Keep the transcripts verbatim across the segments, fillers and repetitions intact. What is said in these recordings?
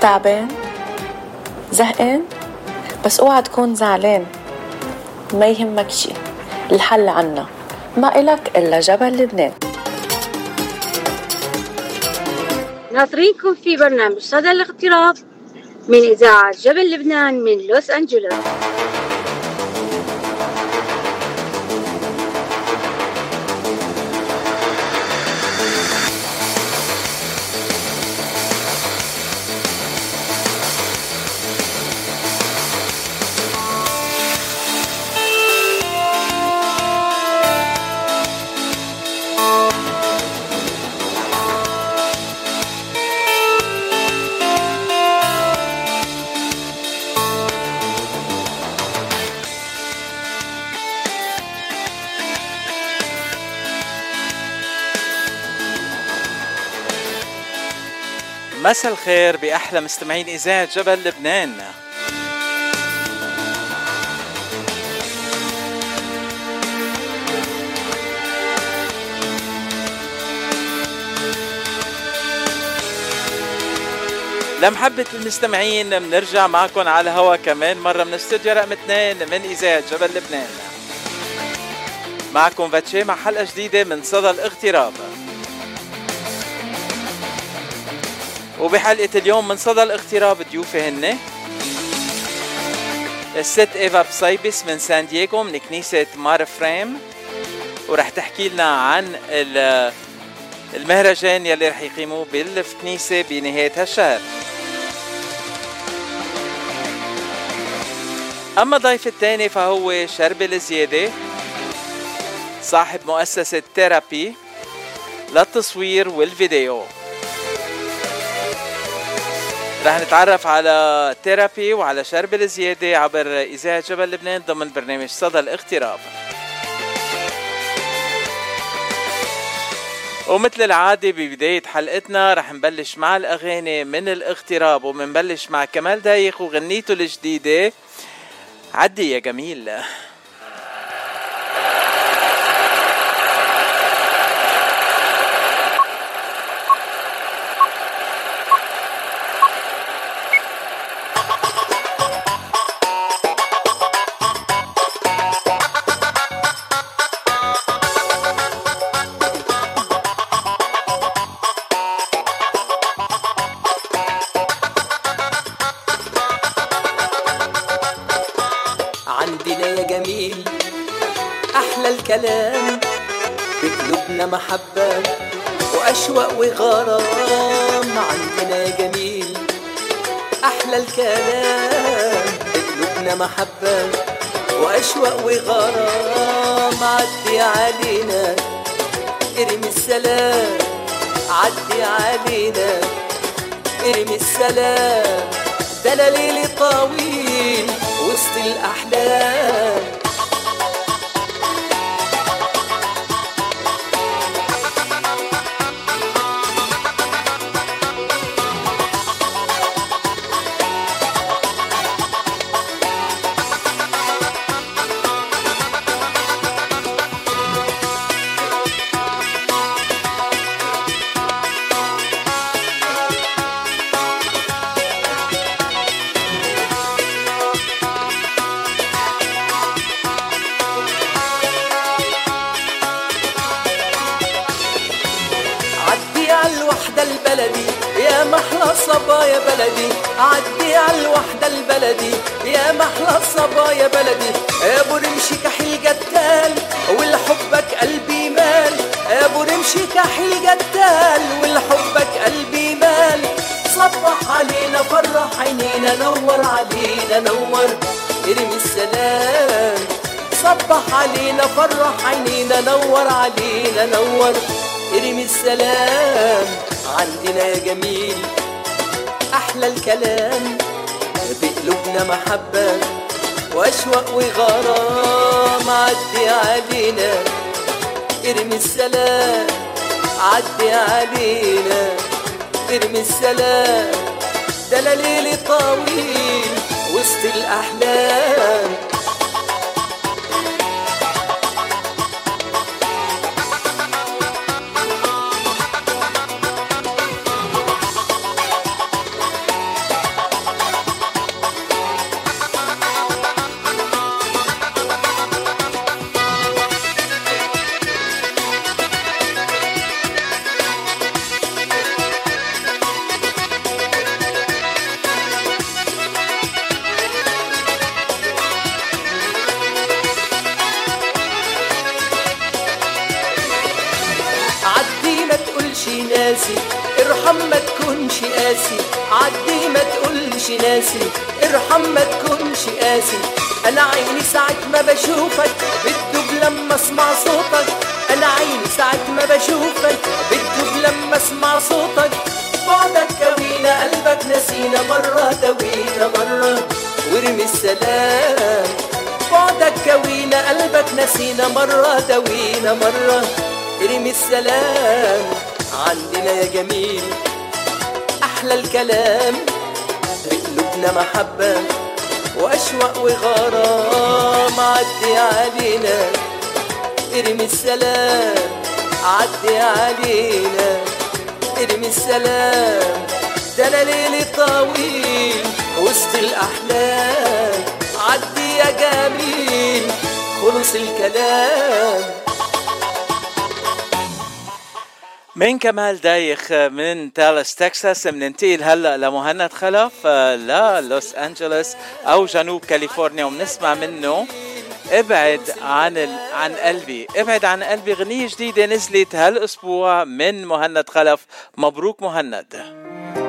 تعبان؟ زهقان؟ بس اوعى تكون زعلان، ما يهمك شي، الحل عنا، ما إلك إلا جبل لبنان. ناطرينكم في برنامج صدى الاغتراب من إذاعة جبل لبنان من لوس أنجلوس. مساء الخير بأحلى مستمعين إذاعة جبل لبنان. لمحبة المستمعين بنرجع معكم على هوا كمان مرة من استوديو رقم اثنين من إذاعة جبل لبنان. معكم فاتشي مع حلقة جديدة من صدى الاغتراب. وبحلقة اليوم من صدى الاغتراب ضيوفي هن الست إيفا بصيبس من سان دييغو من كنيسة مار فريم، ورح تحكي لنا عن المهرجان يلي رح يقيموه بالكنيسة بنهاية هالشهر. أما ضيف الثاني فهو شربل زيادة، صاحب مؤسسة تيرابي للتصوير والفيديو. رح نتعرف على تيرابي وعلى شربل زيادة عبر إذاعة جبل لبنان ضمن برنامج صدى الاغتراب. ومثل العادة ببداية حلقتنا رح نبلش مع الأغاني من الاغتراب، ومنبلش مع كمال دايخ وغنيته الجديدة عدي يا جميل. كلام بقلوبنا محبة وأشواق وغرام. عندنا يا جميل أحلى الكلام بقلوبنا محبة وأشواق وغرام. عدي علينا ارمي السلام، عدي علينا ارمي السلام. ده أنا ليلي طويل وسط الأحلام. صبايا بلدي عدي على الوحدة البلدي يا محلى الصبايا بلدي. ابو رمشي كحيل جتال والحبك قلبي مال. ابو رمشي كحيل جتال والحبك قلبي مال. صبح علينا فرح عينينا نور علينا نور ارمي السلام. صبح علينا فرح عينينا نور علينا نور ارمي السلام. عندنا يا جميل أحلى الكلام بقلوبنا محبة وأشواق وغرام. عدي علينا ارمي السلام، عدي علينا ارمي السلام. ده أنا ليلي طويل وسط الأحلام. ارحم ما تكونش قاسي، عدي ما تقولش ناسي، ارحم ما تكونش قاسي. انا عيني ساعة ما بشوفك بتدوب لما اسمع صوتك، انا عيني ساعة ما بشوفك بتدوب لما اسمع صوتك. بعدك كوينا قلبك نسينا مرة توينا مرة وارمي السلام. بعدك كوينا قلبك نسينا مرة توينا مرة ارمي السلام. عندنا يا جميل احلى الكلام، بقلوبنا محبة واشواق وغرام. عدي علينا ارمي السلام، عدي علينا ارمي السلام. ده انا ليلي طويل وسط الاحلام، عدي يا جميل خلص الكلام. من كمال دايخ من تالاس تكساس مننتقل هلا لمهند خلف للوس انجلوس او جنوب كاليفورنيا، وبنسمع منه ابعد عن ال... عن قلبي. ابعد عن قلبي غنية جديدة نزلت هالاسبوع من مهند خلف. مبروك مهند.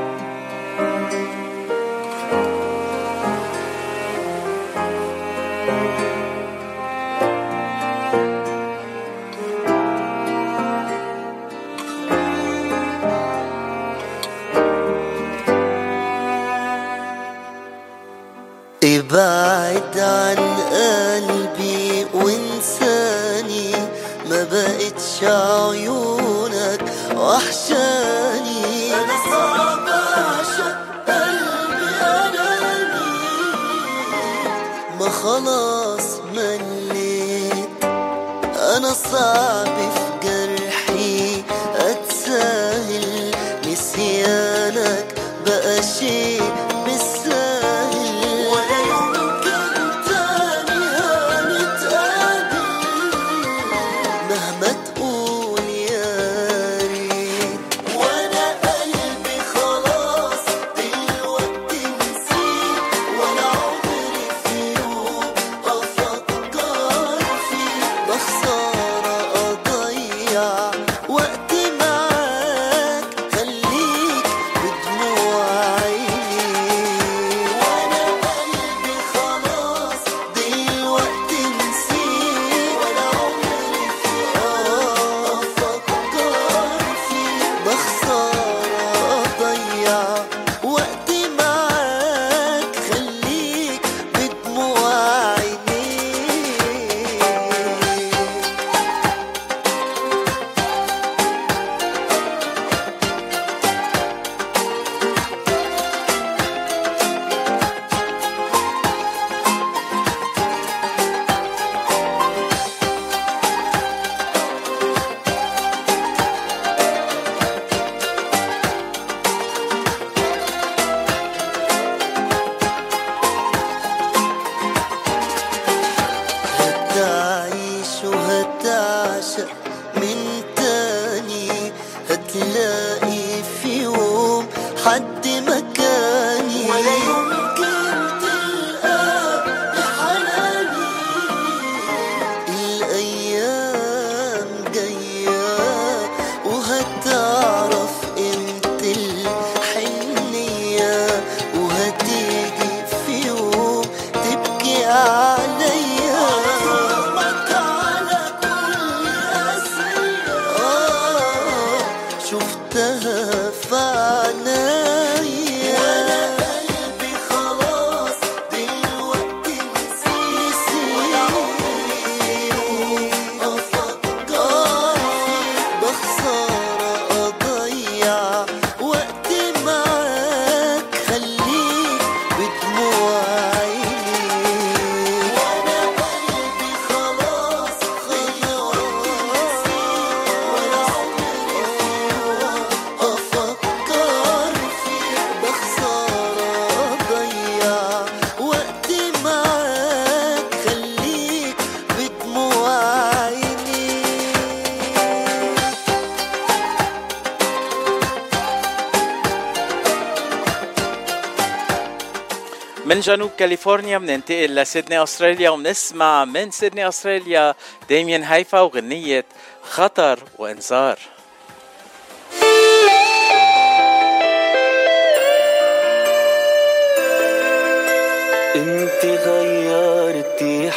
ابعد عن قلبي وانساني، ما بقتش عيونك وحشاني. انا صعب اعشق قلبي اناني، ما خلاص مليت. انا صعب في جرحي اتساهل، نسيانك بقى شيء من جنوب كاليفورنيا بننتقل لسيدني أستراليا، وبنسمع من سيدني أستراليا ديميان هايفا وغنية خطر وإنذار.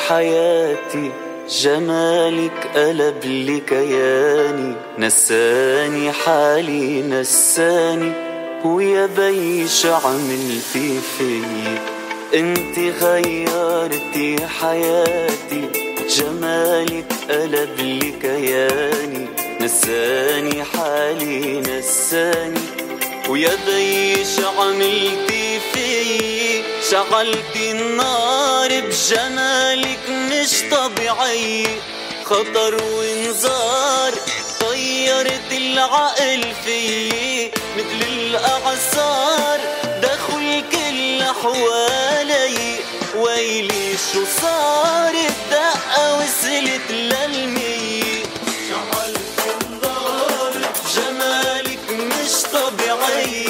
حياتي جمالك قلب لي كياني، نساني حالي نساني، ويا بي شو عملتي فيي، انتي غيرتي حياتي جمالك قلب لي كياني، نساني حالي نساني، ويا بي شو عملتي فيي، شغلتي النار بجمالك مش طبيعي، خطر وانذار طيرت العقل فيي، مثل الأعصار دخل كل حوالي، ويلي شو صار الدقة وصلت للمية، شغلت النار بجمالك مش طبيعي،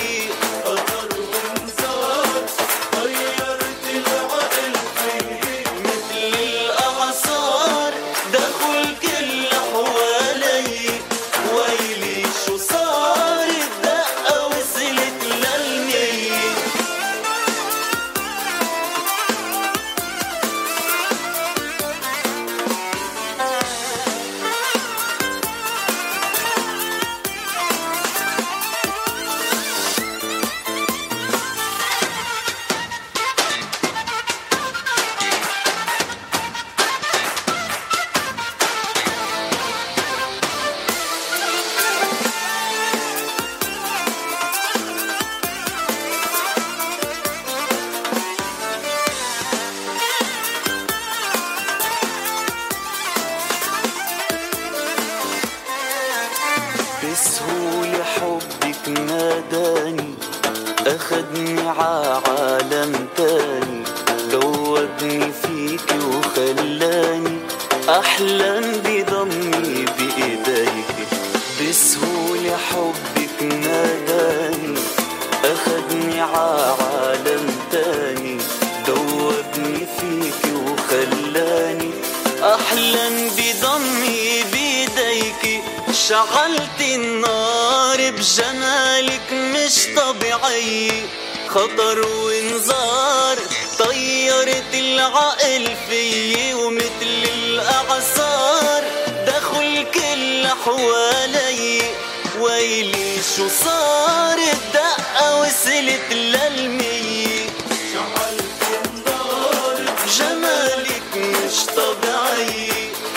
بسهولة حبك ناداني، أخدني عالم تاني، دوبني فيك وخلاني أحلم بضمي بإيديك، بسهولة حبك ناداني، أخدني عالم تاني، دوبني فيك وخلاني أحلم بضمي بإيديك، شغلت النار بجمالك مش طبيعي، خطر وانذار طيرت العقل فيي، ومثل الأعصار دخل كل حوالي، ويلي شو صار الدقة وصلت للمية، شغلت النار بجمالك مش طبيعي،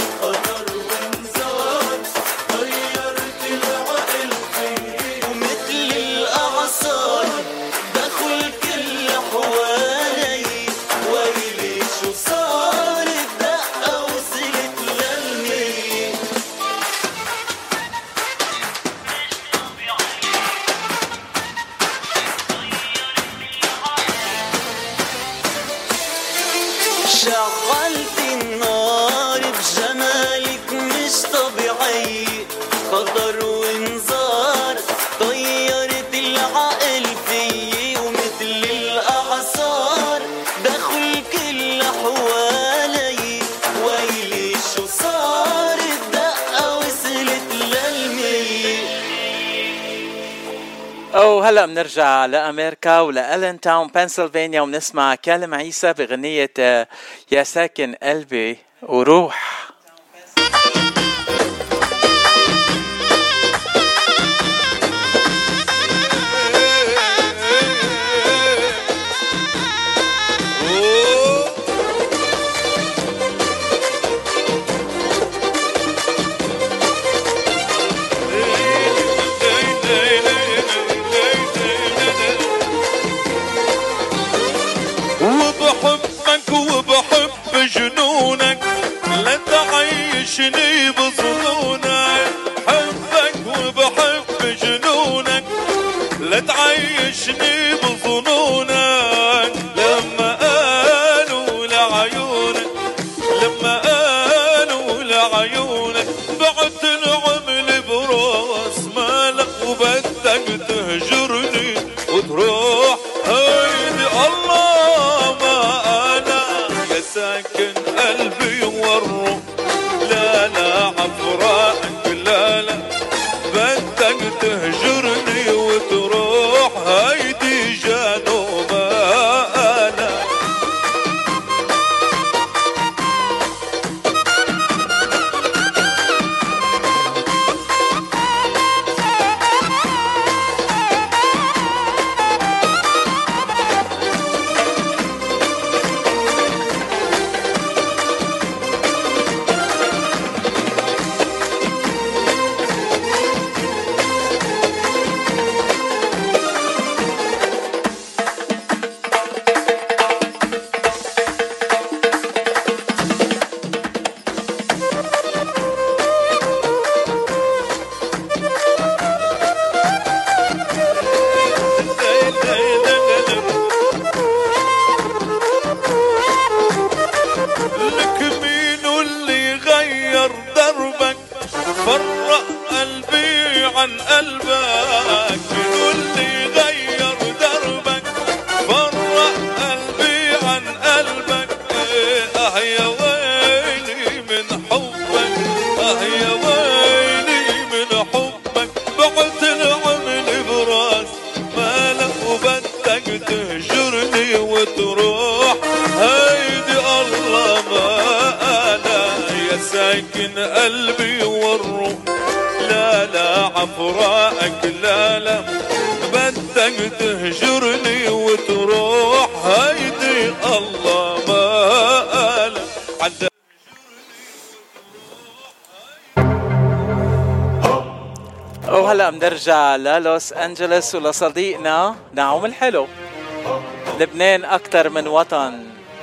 شغلت النار بجمالك مش طبيعي، خطر وانذار طيرت العقل فيي، ومثل الأعصار دخل كل حوالي، ويلي شو صار الدقة وصلت للمية. أو هلأ بنرجع لأمريكا ولألين تاون بنسلفانيا، وبنسمع كالم عيسى بغنية يا ساكن قلبي وروح. جنونك لا تعيشني بظنونك، حبك وبحب جنونك لا تعيشني بظنونك، لما قالوا لعيونك لما قالوا لعيونك بعت العمل براس مالك، وبدك تهجرني وتروح، هيدي الله ما أنا يا ساكن قلبي والروح، لا لا عفراقك لا لا بدك تهجرني وتروح، هيدي جانو ما أنا. ساكن قلبي والروح. لا لا عفراقك لا لا بدك تهجرني وتروح، هيدي الله ما قال عد. وهلا بنرجع للوس أنجلوس ولصديقنا نعوم الحلو. لبنان أكتر من وطن.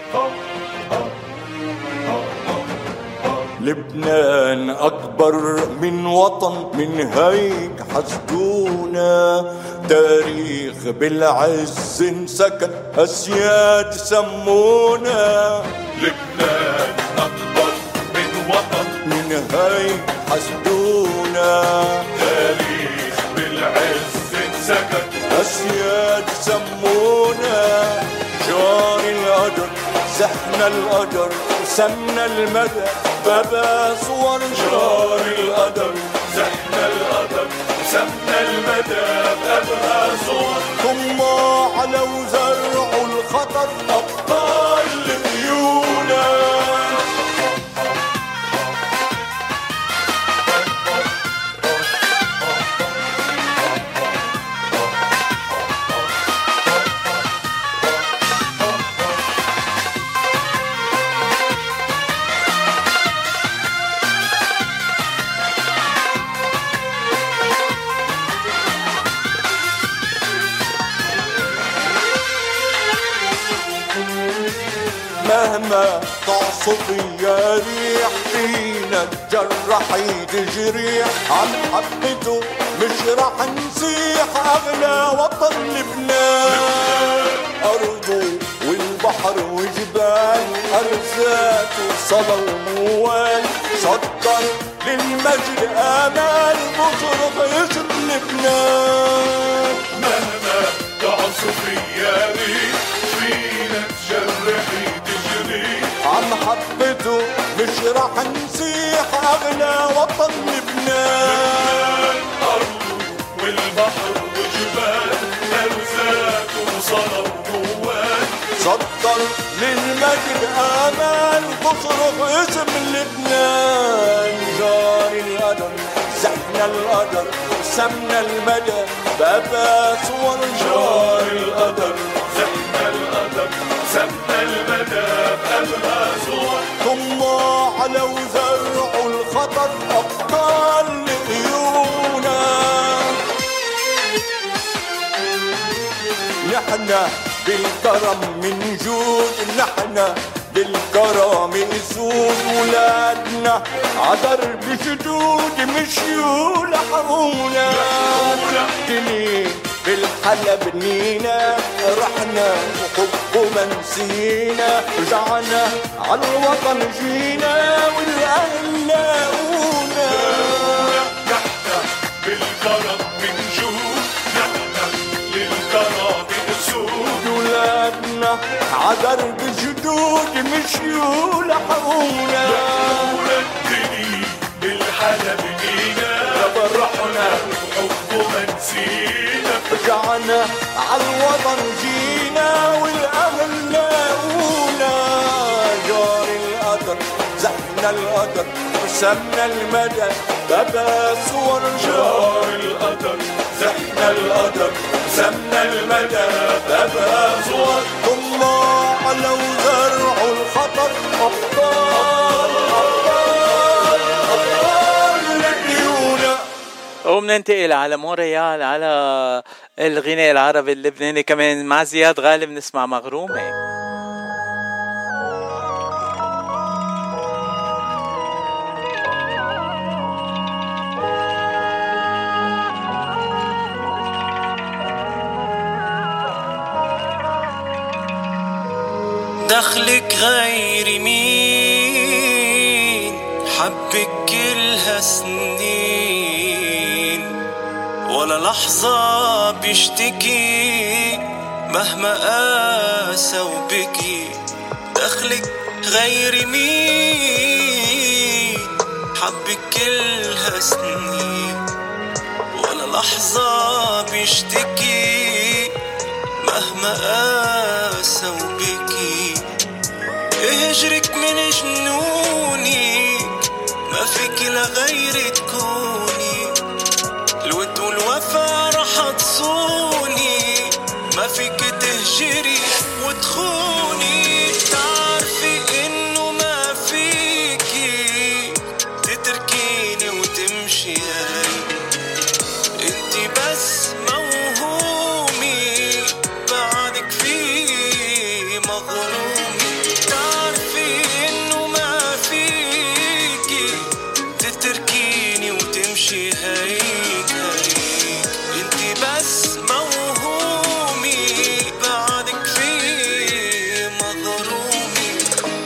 لبنان أكبر من وطن، من هيك حسدونا. تاريخ بالعز انسكن، أسياد سمونا. لبنان أكبر من وطن، من هيك حسدونا. تاريخ بالعز انسكن، أسياد سمونا. جار القدر زحنا القدر سمنا المدى، بابا صور جار القدر زحنا القدر سمنا المدى، بابا صور. طماع على وزرعوا الخطر، أبطال لقيونا. مهما تعصفي يا ريح فينا تجرحي تجريح، عن حبته مش رح نسيح. أغلى وطن لبنان، أرضه والبحر وجبال، أرزاق وصلاة وموال. صدر للمجد آمال، بصرخ اسم لبنان. مهما تعصفي يا ريح فينا تجرحي تجري، عن حبته مش رح نسيح. أغلى وطن لبنان، أرضه والبحر وجبال، أرزاق وصلاة وموال. صدر للمجد آمال، تصرخ اسم لبنان. جار القدر زحنا القدر سمنا المدى، بابا صور. جار القدر زحنا القدر سمنا المدى، بابا صور. طماع على وزرعوا الخطر، أبطال لقيونا. نحنا بالكرم من جود، نحنا بالكرم اسود. ولادنا عذر بشدود مشيوا لحقونا. دني بالحلب بنينا، رحنا وحب ما نسينا. رجعنا عالوطن جينا، والأهل لاقونا. نحنا بالكرم من جود، نحنا للكرم اسود. ولادنا عذر بجدود مشيوا لحقونا. ولدني بالحلب بنينا، فرحنا وحب ما نسينا. رجعنا عالوطن جينا، والأهل لاقونا. جار القدر زحنا القدر سمنا المدى، بابا صور. جار القدر زحنا القدر سمنا المدى، بابا صور. طماع على وزرعوا الخطر، أبطال أبطال أبطال لقيونا. وبننتقل على مونريال على الغناء العربي اللبناني كمان مع زياد غالب. نسمع مغرومة. دخلك غير مين، حبك كلها سنين، ولا لحظة بيشتكي مهما قاسى وبكي. دخلك غير مين، حبك كلها سنين، ولا لحظة بيشتكي مهما قاسى وبكي. هجرك من جنوني فيك تهجري وتخوني، تعرفي انه ما فيكي تتركيني وتمشي هاي، انتي بس موهومي بعدك في مغرومي، تعرفي انه ما فيكي تتركيني وتمشي هيك هيك، انتي بس موهومي بعدك في مغرومي.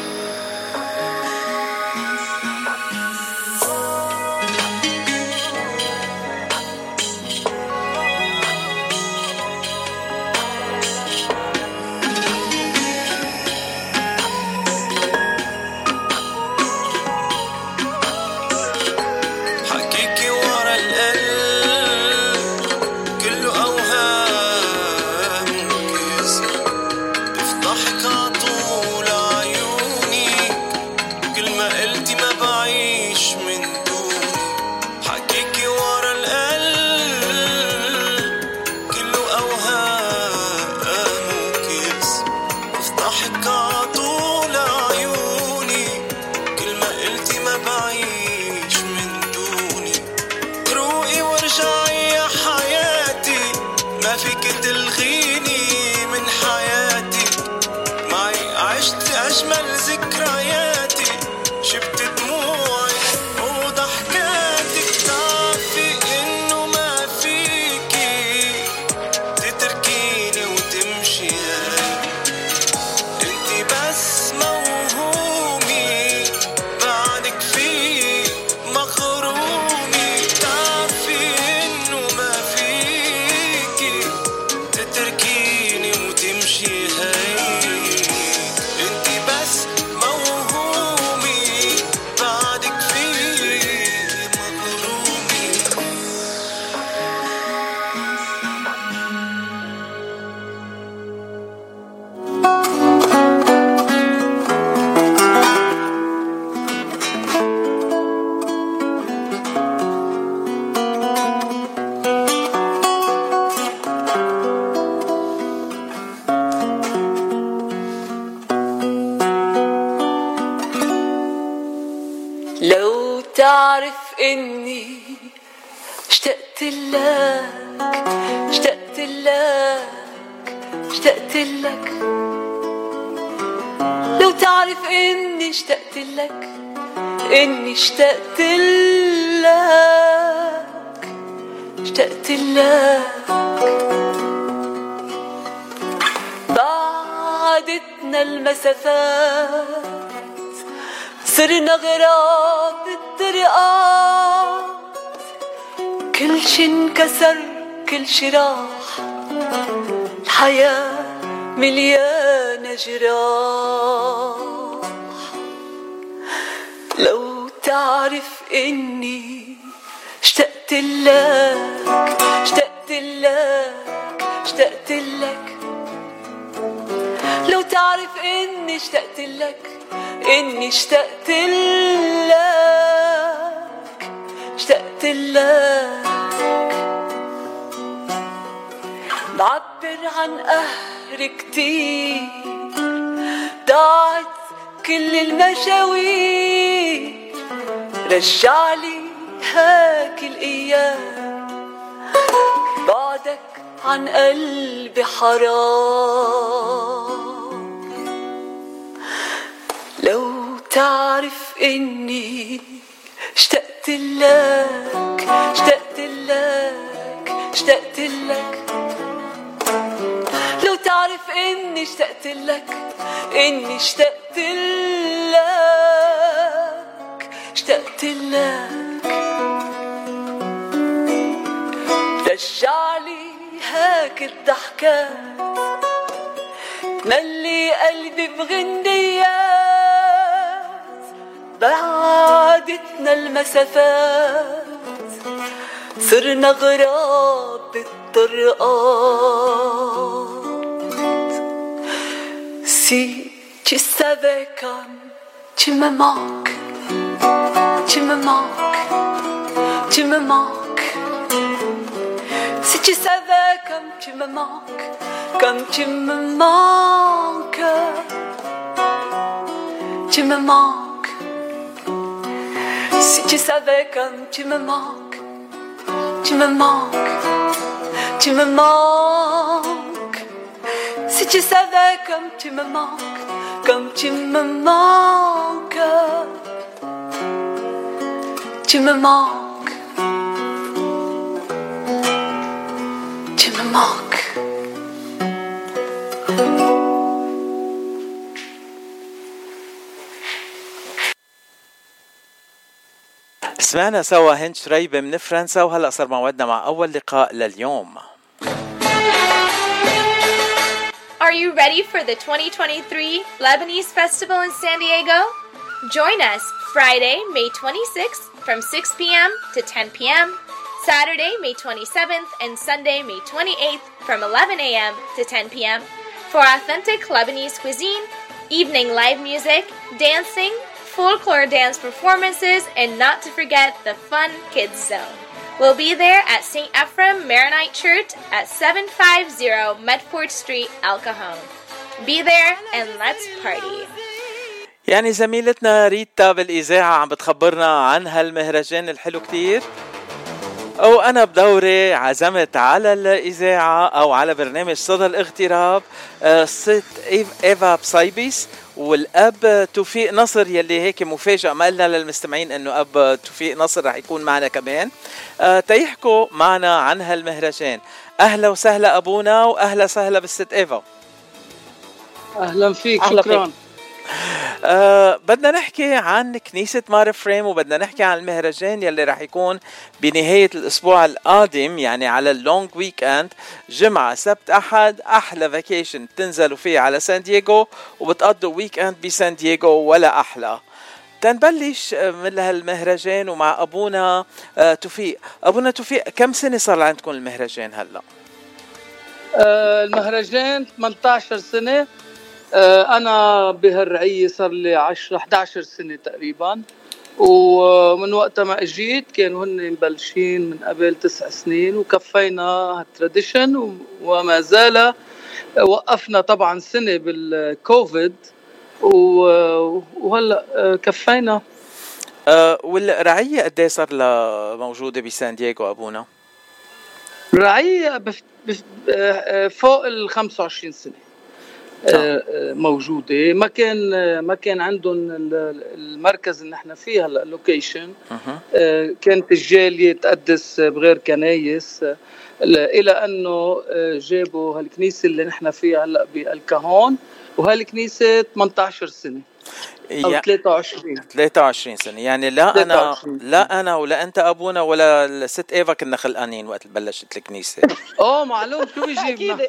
حكيكي ورا القلب كله أوهام وكذب، بفضحك عطول عيوني كل ما قلتي ما بعيش من دوني، حكيكي ورا القلب كله أوهام وكذب، بفضحك عطول عيوني كل ما قلتي ما بعيش من دوني، روقي وارجعي يا حياتي ما فيك تلغيني من حياتي، معي عشت أجمل ذكرياتي، شفت دموعي وضحكاتك، تعرفي إنه ما فيكي تتركيني وتمشي هاي، انتي بس موهومي بعدك في مغرومي، تعرفي إنه ما فيكي تتركيني وتمشي هاي، انتي بس موهومي بعدك في مغرومي. لو تعرف إني اشتقت لك اشتقت لك اشتقت لك، لو تعرف إني اشتقت لك إني اشتقت لك اشتقت لك، بعدتنا المسافات صرنا غراب بالطرقات، كل شي انكسر كل شي راح، الحياة مليانة جراح، لو تعرف إني اشتقت لك اشتقت لك اشتقت لك، لو تعرف إني اشتقت لك إني اشتقت لك اشتقت لك، بعبر عن قهر كتير، ضاعت كل المشاوير، رجعلي هاك الأيام، بعدك عن قلبي حرام، لو تعرف إني اشتقت لك اشتقت لك اشتقت لك، لو تعرف إني اشتقت لك إني اشتقت لك اشتقت لك، رجعلي هاك الضحكات، ملي قلبي بغنيات، بعدتنا المسافات صرنا غراب بالطرقات. Si tu savais comme tu me manques, tu me manques, tu me manques. Si tu savais comme tu me manques, comme tu me manques, tu me manques. Si tu savais comme tu me manques, tu me manques, tu me manques. Si tu savais comme tu me manques, comme tu me manques, tu me manques, tu me manques. سمعنا سوا هند شريبة من فرنسا، وهلأ صار موعدنا مع أول لقاء لليوم. Are you ready for the twenty twenty-three Lebanese Festival in San Diego? Join us Friday, May twenty-sixth from six p.m. to ten p.m., Saturday, May twenty-seventh, and Sunday, May twenty-eighth from eleven a.m. to ten p.m. for authentic Lebanese cuisine, evening live music, dancing, folklore dance performances, and not to forget the fun kids zone. We'll be there at Saint Ephraim Maronite Church at seven fifty Medford Street, El Cajon. Be there and let's party. يعني زميلتنا ريتا بالإذاعة عم بتخبرنا عن هالمهرجان الحلو كتير، وأنا بدوري عزمت على الإذاعة أو على برنامج صدى الاغتراب ست إيفا بصيبيس والأب توفيق نصر، يلي هيك مفاجأة ما قلنا للمستمعين أنه أب توفيق نصر رح يكون معنا كمان أه تيحكوا معنا عن هالمهرجان. أهلا وسهلا أبونا، وأهلا سهلا بالست إيفا. أهلا فيك، شكرا. فيك. أه بدنا نحكي عن كنيسة مار إفرايم، وبدنا نحكي عن المهرجان يلي رح يكون بنهاية الأسبوع القادم، يعني على اللونج ويك اند، جمعة سبت أحد، أحلى فاكيشن تنزلوا فيه على سان دييغو وبتقضوا ويك اند بسان دييغو ولا أحلى. تنبلش من هالمهرجان ومع أبونا أه توفيق. أبونا توفيق، كم سنة صار عندكم المهرجان هلأ؟ أه المهرجان ثمانية عشر سنة. أنا بهالرعية صار لي عشرة إحدى عشر سنة تقريبا، ومن وقت ما اجيت كانوا هن مبلشين من قبل تسع سنين، وكفينا هالتراديشن وما زال. وقفنا طبعا سنة بالكوفيد وهلا كفينا. أه والرعية قد ايه صار لها موجودة بسان دييغو أبونا؟ رعية بف... بف... فوق ال خمسة وعشرين سنة موجودة. ما كان ما كان عندهم المركز اللي احنا فيه هلا اللوكيشن. كانت الجالية تقدس بغير كنايس، إلى أنه جابوا هالكنيسة اللي نحن فيها هلا بالكهون، وهالكنيسة ثمانية عشر سنة أو ثلاثة وعشرين ثلاثة وعشرين سنة. يعني لا أنا لا أنا ولا أنت أبونا ولا الست إيفا كنا خلقانين وقت بلشت الكنيسة. أوه معلوم، شو بيجيبنا.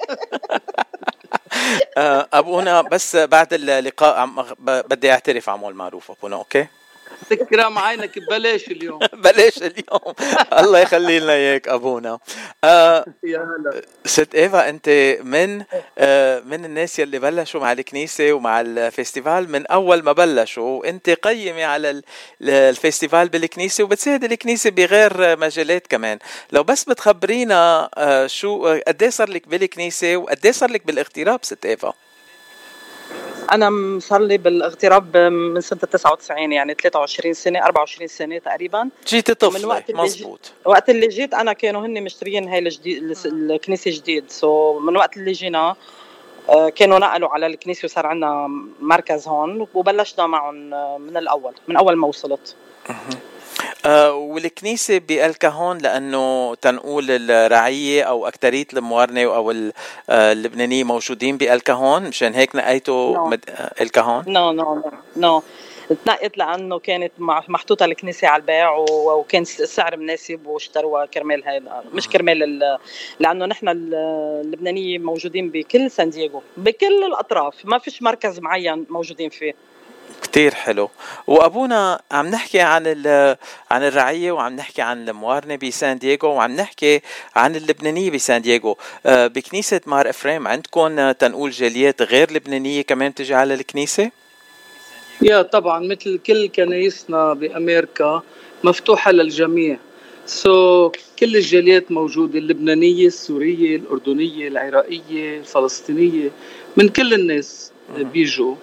أبونا بس بعد اللقاء بدي أعترف عمول معروف أبونا، أوكي؟ تكرم عينك، بلاش اليوم. بلاش اليوم. الله يخلي لنا إياك أبونا. آه يا هلا ست إيفا، أنت من آه من الناس يلي بلشوا مع الكنيسة ومع الفيستيفال من أول ما بلشوا، أنت قيمة على الفيستيفال بالكنيسة وبتساعد الكنيسة بغير مجالات كمان. لو بس بتخبرينا آه شو قد ايه صار لك بالكنيسة وقد ايه صار لك بالاغتراب ست إيفا؟ أنا صار لي بالاغتراب من سنة تسعة وتسعين، يعني ثلاثة وعشرين سنة أربعة وعشرين سنة تقريبا. جيت طفلة مزبوط. وقت اللي جيت أنا كانوا هني مشتريين هاي الجديد الكنيسة جديد، سو من وقت اللي جينا كانوا نقلوا على الكنيسة وصار عندنا مركز هون، وبلشنا معهم من الأول من أول ما وصلت. أه والكنيسة بالكهون لأنه تنقول الرعية أو أكترية الموارنة أو اللبنانية موجودين بالكهون، مشان هيك نقيتوا no. مد... الكهون؟ نو نو نو نو تنقيت لأنه كانت محطوطة الكنيسة على البيع، وكان السعر مناسب واشتروها كرمال هذا، مش كرمال ال... لأنه نحن اللبنانية موجودين بكل سان دييغو بكل الأطراف، ما فيش مركز معين موجودين فيه. كتير حلو. وأبونا عم نحكي عن عن الرعية وعم نحكي عن الموارنة بسان دييغو وعم نحكي عن اللبنانية بسان دييغو. بكنيسة مار إفرايم عندكم تنقول جاليات غير لبنانية كمان تجي على الكنيسة؟ يا طبعا مثل كل كنايسنا بأمريكا مفتوحة للجميع. سو so, كل الجاليات موجودة، اللبنانية، السورية، الأردنية، العراقية، الفلسطينية، من كل الناس بيجوا،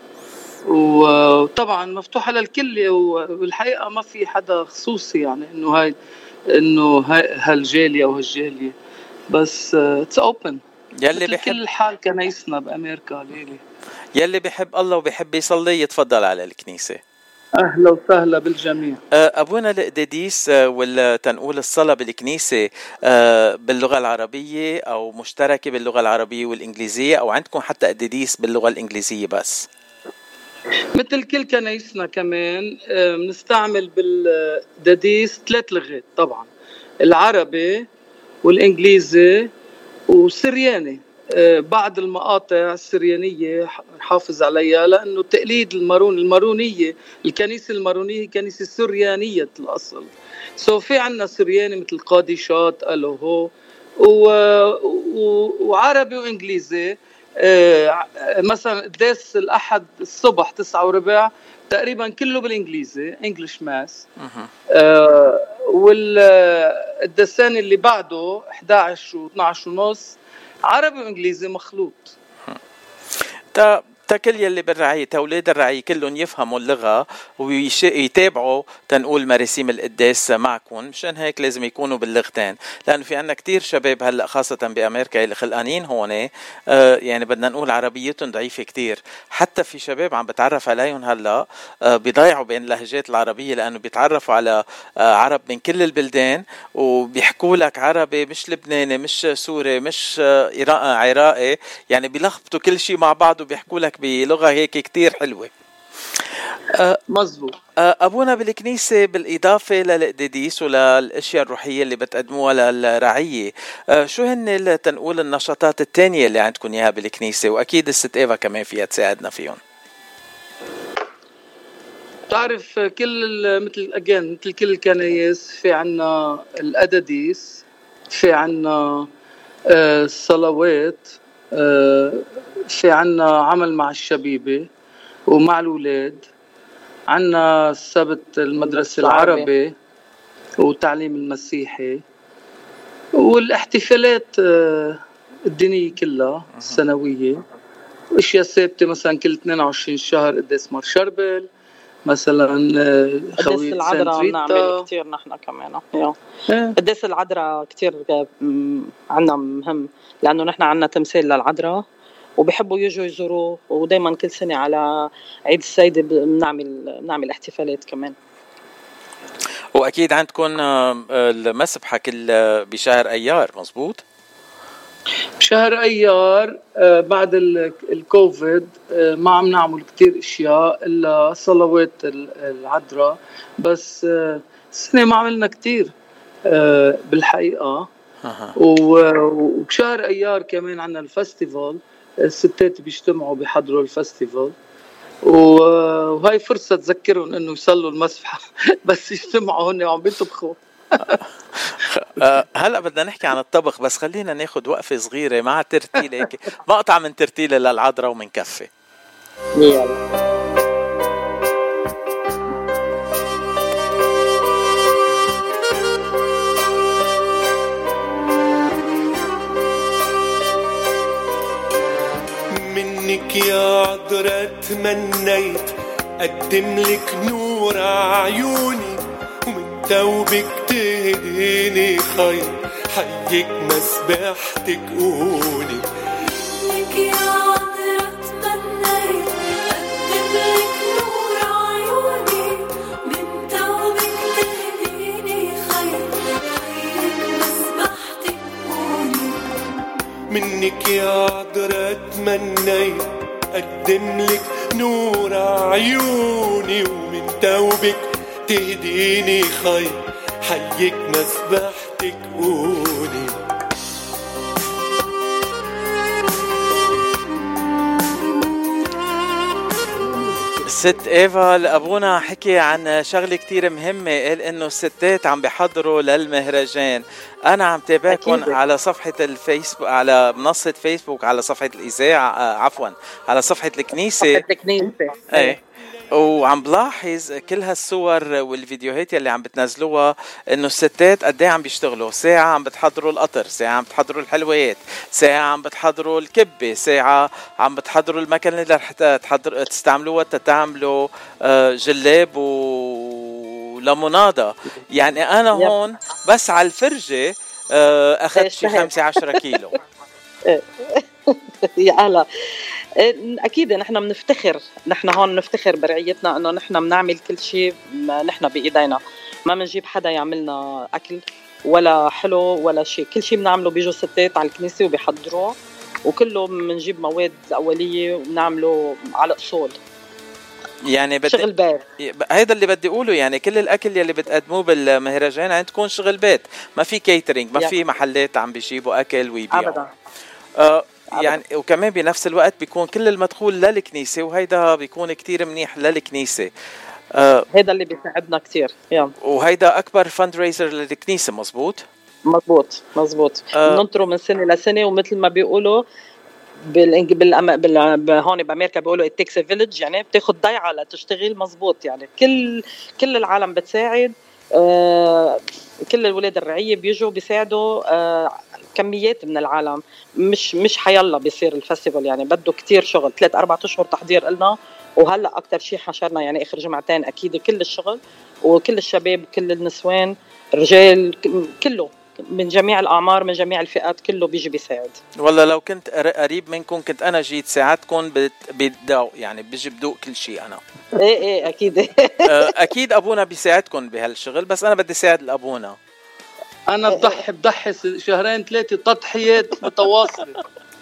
وطبعا مفتوحة للكل، والحقيقة ما في حدا خصوصي يعني إنه هاي إنه هاي هالجالية أو هالجالية، بس اتس اوبن. يلي بيحب كل حال كنايسنا بأمريكا ليلي. يلي بيحب الله وبيحب يصلي يتفضل على الكنيسة. أهلا وسهلا بالجميع. أبونا القديس، والتنقول الصلاة بالكنيسة باللغة العربية أو مشتركة باللغة العربية والإنجليزية، أو عندكم حتى قديس باللغة الإنجليزية بس؟ مثل كل كنايسنا كمان بنستعمل بالدديس ثلاث لغات طبعا، العربي والإنجليزي والسرياني. بعض المقاطع السريانية نحافظ عليها لأنه تقليد المارون المارونية، الكنيسة المارونية كنيسة سريانية الأصل. سو في عنا سرياني مثل قادشات ألوهو و... و... وعربي وإنجليزي. مثلا قداس الأحد الصبح تسعة وربع تقريبا كله بالإنجليزي English Mass. آه والقداسان اللي بعده إحدى عشر و اثني عشر ونص عربي وإنجليزي مخلوط. تا تكل يلي بالرعية، تولاد الرعية كلهم يفهموا اللغة ويتابعوا تنقول مراسيم القداس معكم، مشان هيك لازم يكونوا باللغتين، لأنه في عنا كتير شباب هلأ خاصة بأمريكا اللي خلقانين هون آه يعني بدنا نقول عربيتهم ضعيفة كتير. حتى في شباب عم بتعرف عليهم هلأ آه بيضيعوا بين اللهجات العربية، لأنه بيتعرفوا على آه عرب من كل البلدان وبيحكوا لك عربي مش لبناني مش سوري مش آه عراقي، يعني بيلخبطوا كل شيء مع بعض وبيحكوا لك بلغة هيك كتير حلوة. أه مزبوط. أه أبونا بالكنيسة بالإضافة للقديس وللأشياء الروحية اللي بتقدموها للرعية، أه شو هن تنقول النشاطات التانية اللي عندكم إياها بالكنيسة؟ وأكيد الست إيفا كمان فيها تساعدنا فيهم. تعرف كل مثل أجان مثل كل الكنايس في عنا القداديس، في عنا أه الصلوات، أه في عنا عمل مع الشبيبة ومع الأولاد، عنا السبت المدرسة العربي وتعليم المسيحي، والاحتفالات الدينية كلها السنوية، واشياء ثابتة مثلا كل اثنين وعشرين شهر قداس مار شربل، مثلا قداس العذراء بنعمل كتير نحن كمان. قداس العذراء كتير عنا مهم، لأنه نحن عنا تمثال للعذراء وبيحبوا يجوا يزوروه، ودايما كل سنة على عيد السيدة بنعمل بنعمل احتفالات كمان. وأكيد عندكم المسبحة كل بشهر أيار، مزبوط؟ بشهر أيار بعد الكوفيد ما عم نعمل كتير إشياء إلا صلوات العذراء، بس السنة ما عملنا كتير بالحقيقة. وبشهر أيار كمان عنا الفستيفال، الستات بيجتمعوا بيحضروا الفستيفال، وهاي فرصة تذكرهم انه يصلوا المسبحة بس يجتمعوا هن وعم بيطبخوا. هلأ بدنا نحكي عن الطبخ، بس خلينا ناخد وقفة صغيرة مع ترتيلة مقطع من ترتيلة للعذراء ومن كفة. يلا. منك يا عذراء تمنيت أقدم لك نور عيوني، ومن توبك تهديني خير حيك مسبحتك قولي. منك يا عذراء تمنيت أقدم لك نور عيوني، من توبك تهديني خير حيك مسبحتك قولي. منك يا عذراء تمنيت أقدم لك نور عيوني، ومن توبك تهديني خير حيك مسبحتك قولي. ست إيفا، أبونا حكي عن شغلة كتير مهمة، قال إنه الستات عم بيحضروا للمهرجان. أنا عم تابعكم على صفحة الفيسبوك، على منصة فيسبوك، على صفحة الإذاعة، عفوا على صفحة الكنيسة. صفحة الكنيسة. إيه. وعم بلاحظ كل هالصور والفيديوهات يلي عم بتنزلوها انه الستات قد ايه عم بيشتغلوا. ساعة عم بتحضروا القطر، ساعة عم بتحضروا الحلويات، ساعة عم بتحضروا الكبة، ساعة عم بتحضروا المكنة اللي رح تحضر تستعملوها تتعملوا جلاب ولمونادة. يعني انا هون بس على الفرجة اخذت شي خمسة عشرة كيلو. يا هلا، اكيد نحن بنفتخر، نحن هون بنفتخر برعيتنا انه نحن بنعمل كل شيء نحن بايدينا، ما بنجيب حدا يعملنا اكل ولا حلو ولا شيء، كل شيء بنعمله بيجوا ستات على الكنيسه وبيحضروه، وكله بنجيب مواد اوليه وبنعمله على اصول. يعني بدي شغل بيت، هيدا اللي بدي اقوله. يعني كل الاكل يلي بتقدموه بالمهرجان عندكم شغل بيت، ما في كيترينج، ما في محلات عم بيجيبوا اكل ويبيعوا ابدا. آه يعني وكمان بنفس الوقت بيكون كل المدخول للكنيسة، وهيدا بيكون كتير منيح للكنيسة. آه هيدا اللي بيساعدنا كتير. يلا. وهيدا أكبر فاندريزر للكنيسة. مزبوط مزبوط مزبوط. آه ننطره من سنة لسنة، ومثل ما بيقولوا بال بال بال هون بأمريكا بيقولوا it takes a village، يعني بتاخد ضيعة لتشتغل. مزبوط. يعني كل كل العالم بتساعد، آه كل الولاد الرعية بيجوا بيساعدوا، آه كميات من العالم، مش مش حيلا بيصير الفستيفال. يعني بده كتير شغل، ثلاث أربعة أشهر تحضير لنا، وهلا أكتر شيء حشرنا يعني آخر جمعتين أكيد كل الشغل، وكل الشباب كل النسوان الرجال كله من جميع الأعمار من جميع الفئات كله بيجي بيساعد. والله لو كنت قريب منكم كنت أنا جيت ساعدكم بدو، يعني بيجي بدوق كل شيء أنا. إيه إيه أكيد. أكيد أبونا بيساعدكم بهالشغل، بس أنا بدي ساعد الأبونا. أنا بضحي بضحي شهرين ثلاثة تضحيات متواصلة.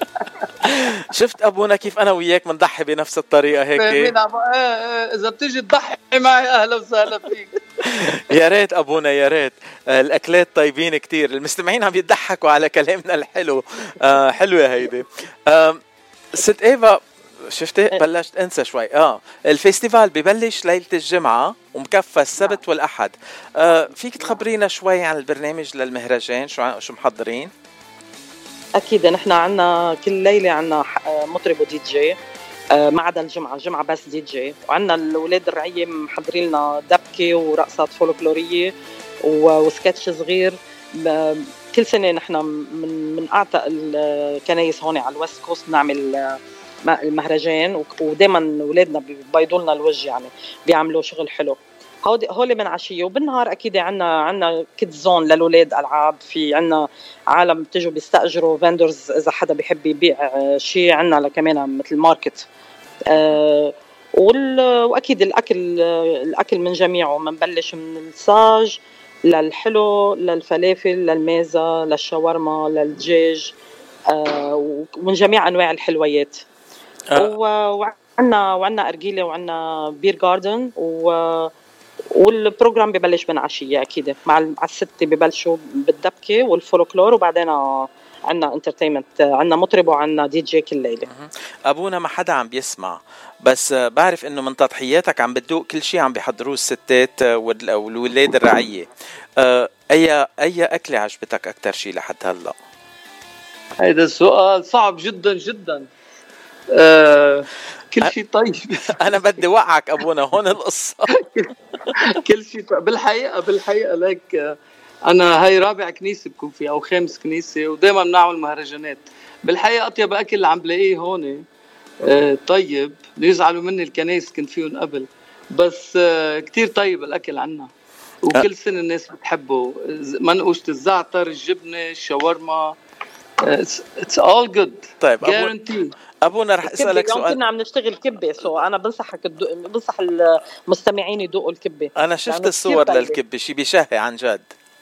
شفت أبونا كيف أنا وياك منضحي بنفس الطريقة هيك. إذا بتيجي تضحي معي أهلا وسهلا فيك. يا ريت أبونا يا ريت. الأكلات طيبين كتير، المستمعين عم يضحكوا على كلامنا الحلو. آه حلوة هيدي. آه ست إيفا، شفتي بلشت انسى شوي. اه الفيستيفال ببلش ليلة الجمعة ومكفى السبت والأحد. آه فيك تخبرينا شوي عن البرنامج للمهرجان؟ شو شو محضرين؟ أكيد نحن عنا كل ليلة عنا مطرب ودي جي، آه ما عدا الجمعة، الجمعة بس دي جي، وعنا الولاد الرعية محضرين لنا دبكة ورقصات فولكلورية وسكتش صغير. كل سنة نحن من من أعتق الكنايس هون على الويست كوست نعمل المهرجان، ودائما ولادنا بيبيضوا لنا الوجه، يعني بيعملوا شغل حلو. هودي هولي من عشيه، وبالنهار اكيد عنا عنا كيد زون للولاد، العاب، في عنا عالم بتجوا بيستاجروا فيندرز اذا حدا بيحب يبيع شيء، عنا كمان مثل ماركت. أه واكيد الاكل الاكل من جميعه، منبلش من الصاج للحلو للفلافل للميزه للشاورما للدجاج، أه ومن جميع انواع الحلويات. أه. وعنا وعنا ارجيله وعنا بير جاردن، و والبروجرام ببلش من عشية أكيد، مع مع الستة ببلشوا بالدبكة والفولكلور، وبعدين عنا انترتينمنت، عنا مطرب وعنا دي جي كل ليلة. أبونا ما حدا عم بيسمع، بس بعرف إنه من تضحياتك عم بتدوق كل شيء عم بيحضروه الستات والولاد الرعية. أي أي أكلة عجبتك أكتر شيء لحد هلا؟ هيدا السؤال صعب جدا جدا. أه كل شيء طيب. أنا بدي وعك أبونا هون القصة. كل شيء بالحقيقة بالحقيقة لك أنا هاي رابع كنيسة بكون فيها أو خامس كنيسة، ودائما بنعمل مهرجانات. بالحقيقة أطيب أكل اللي عم بلاقيه هون أه طيب، يزعلوا مني الكنايس كنت فيهم قبل، بس أه كتير طيب الأكل عنا، وكل سنة الناس بتحبه. منقوشة الزعتر، الجبنة، الشاورما، It's, it's all good. طيب guarantee. أبونا رح أسألك سؤال. كنا عم نشتغل كبة، سو أنا بنصحك الدو... بنصح المستمعين يدوقوا الكبة. أنا شفت الصور للكبة، شي بيشهي عن جد.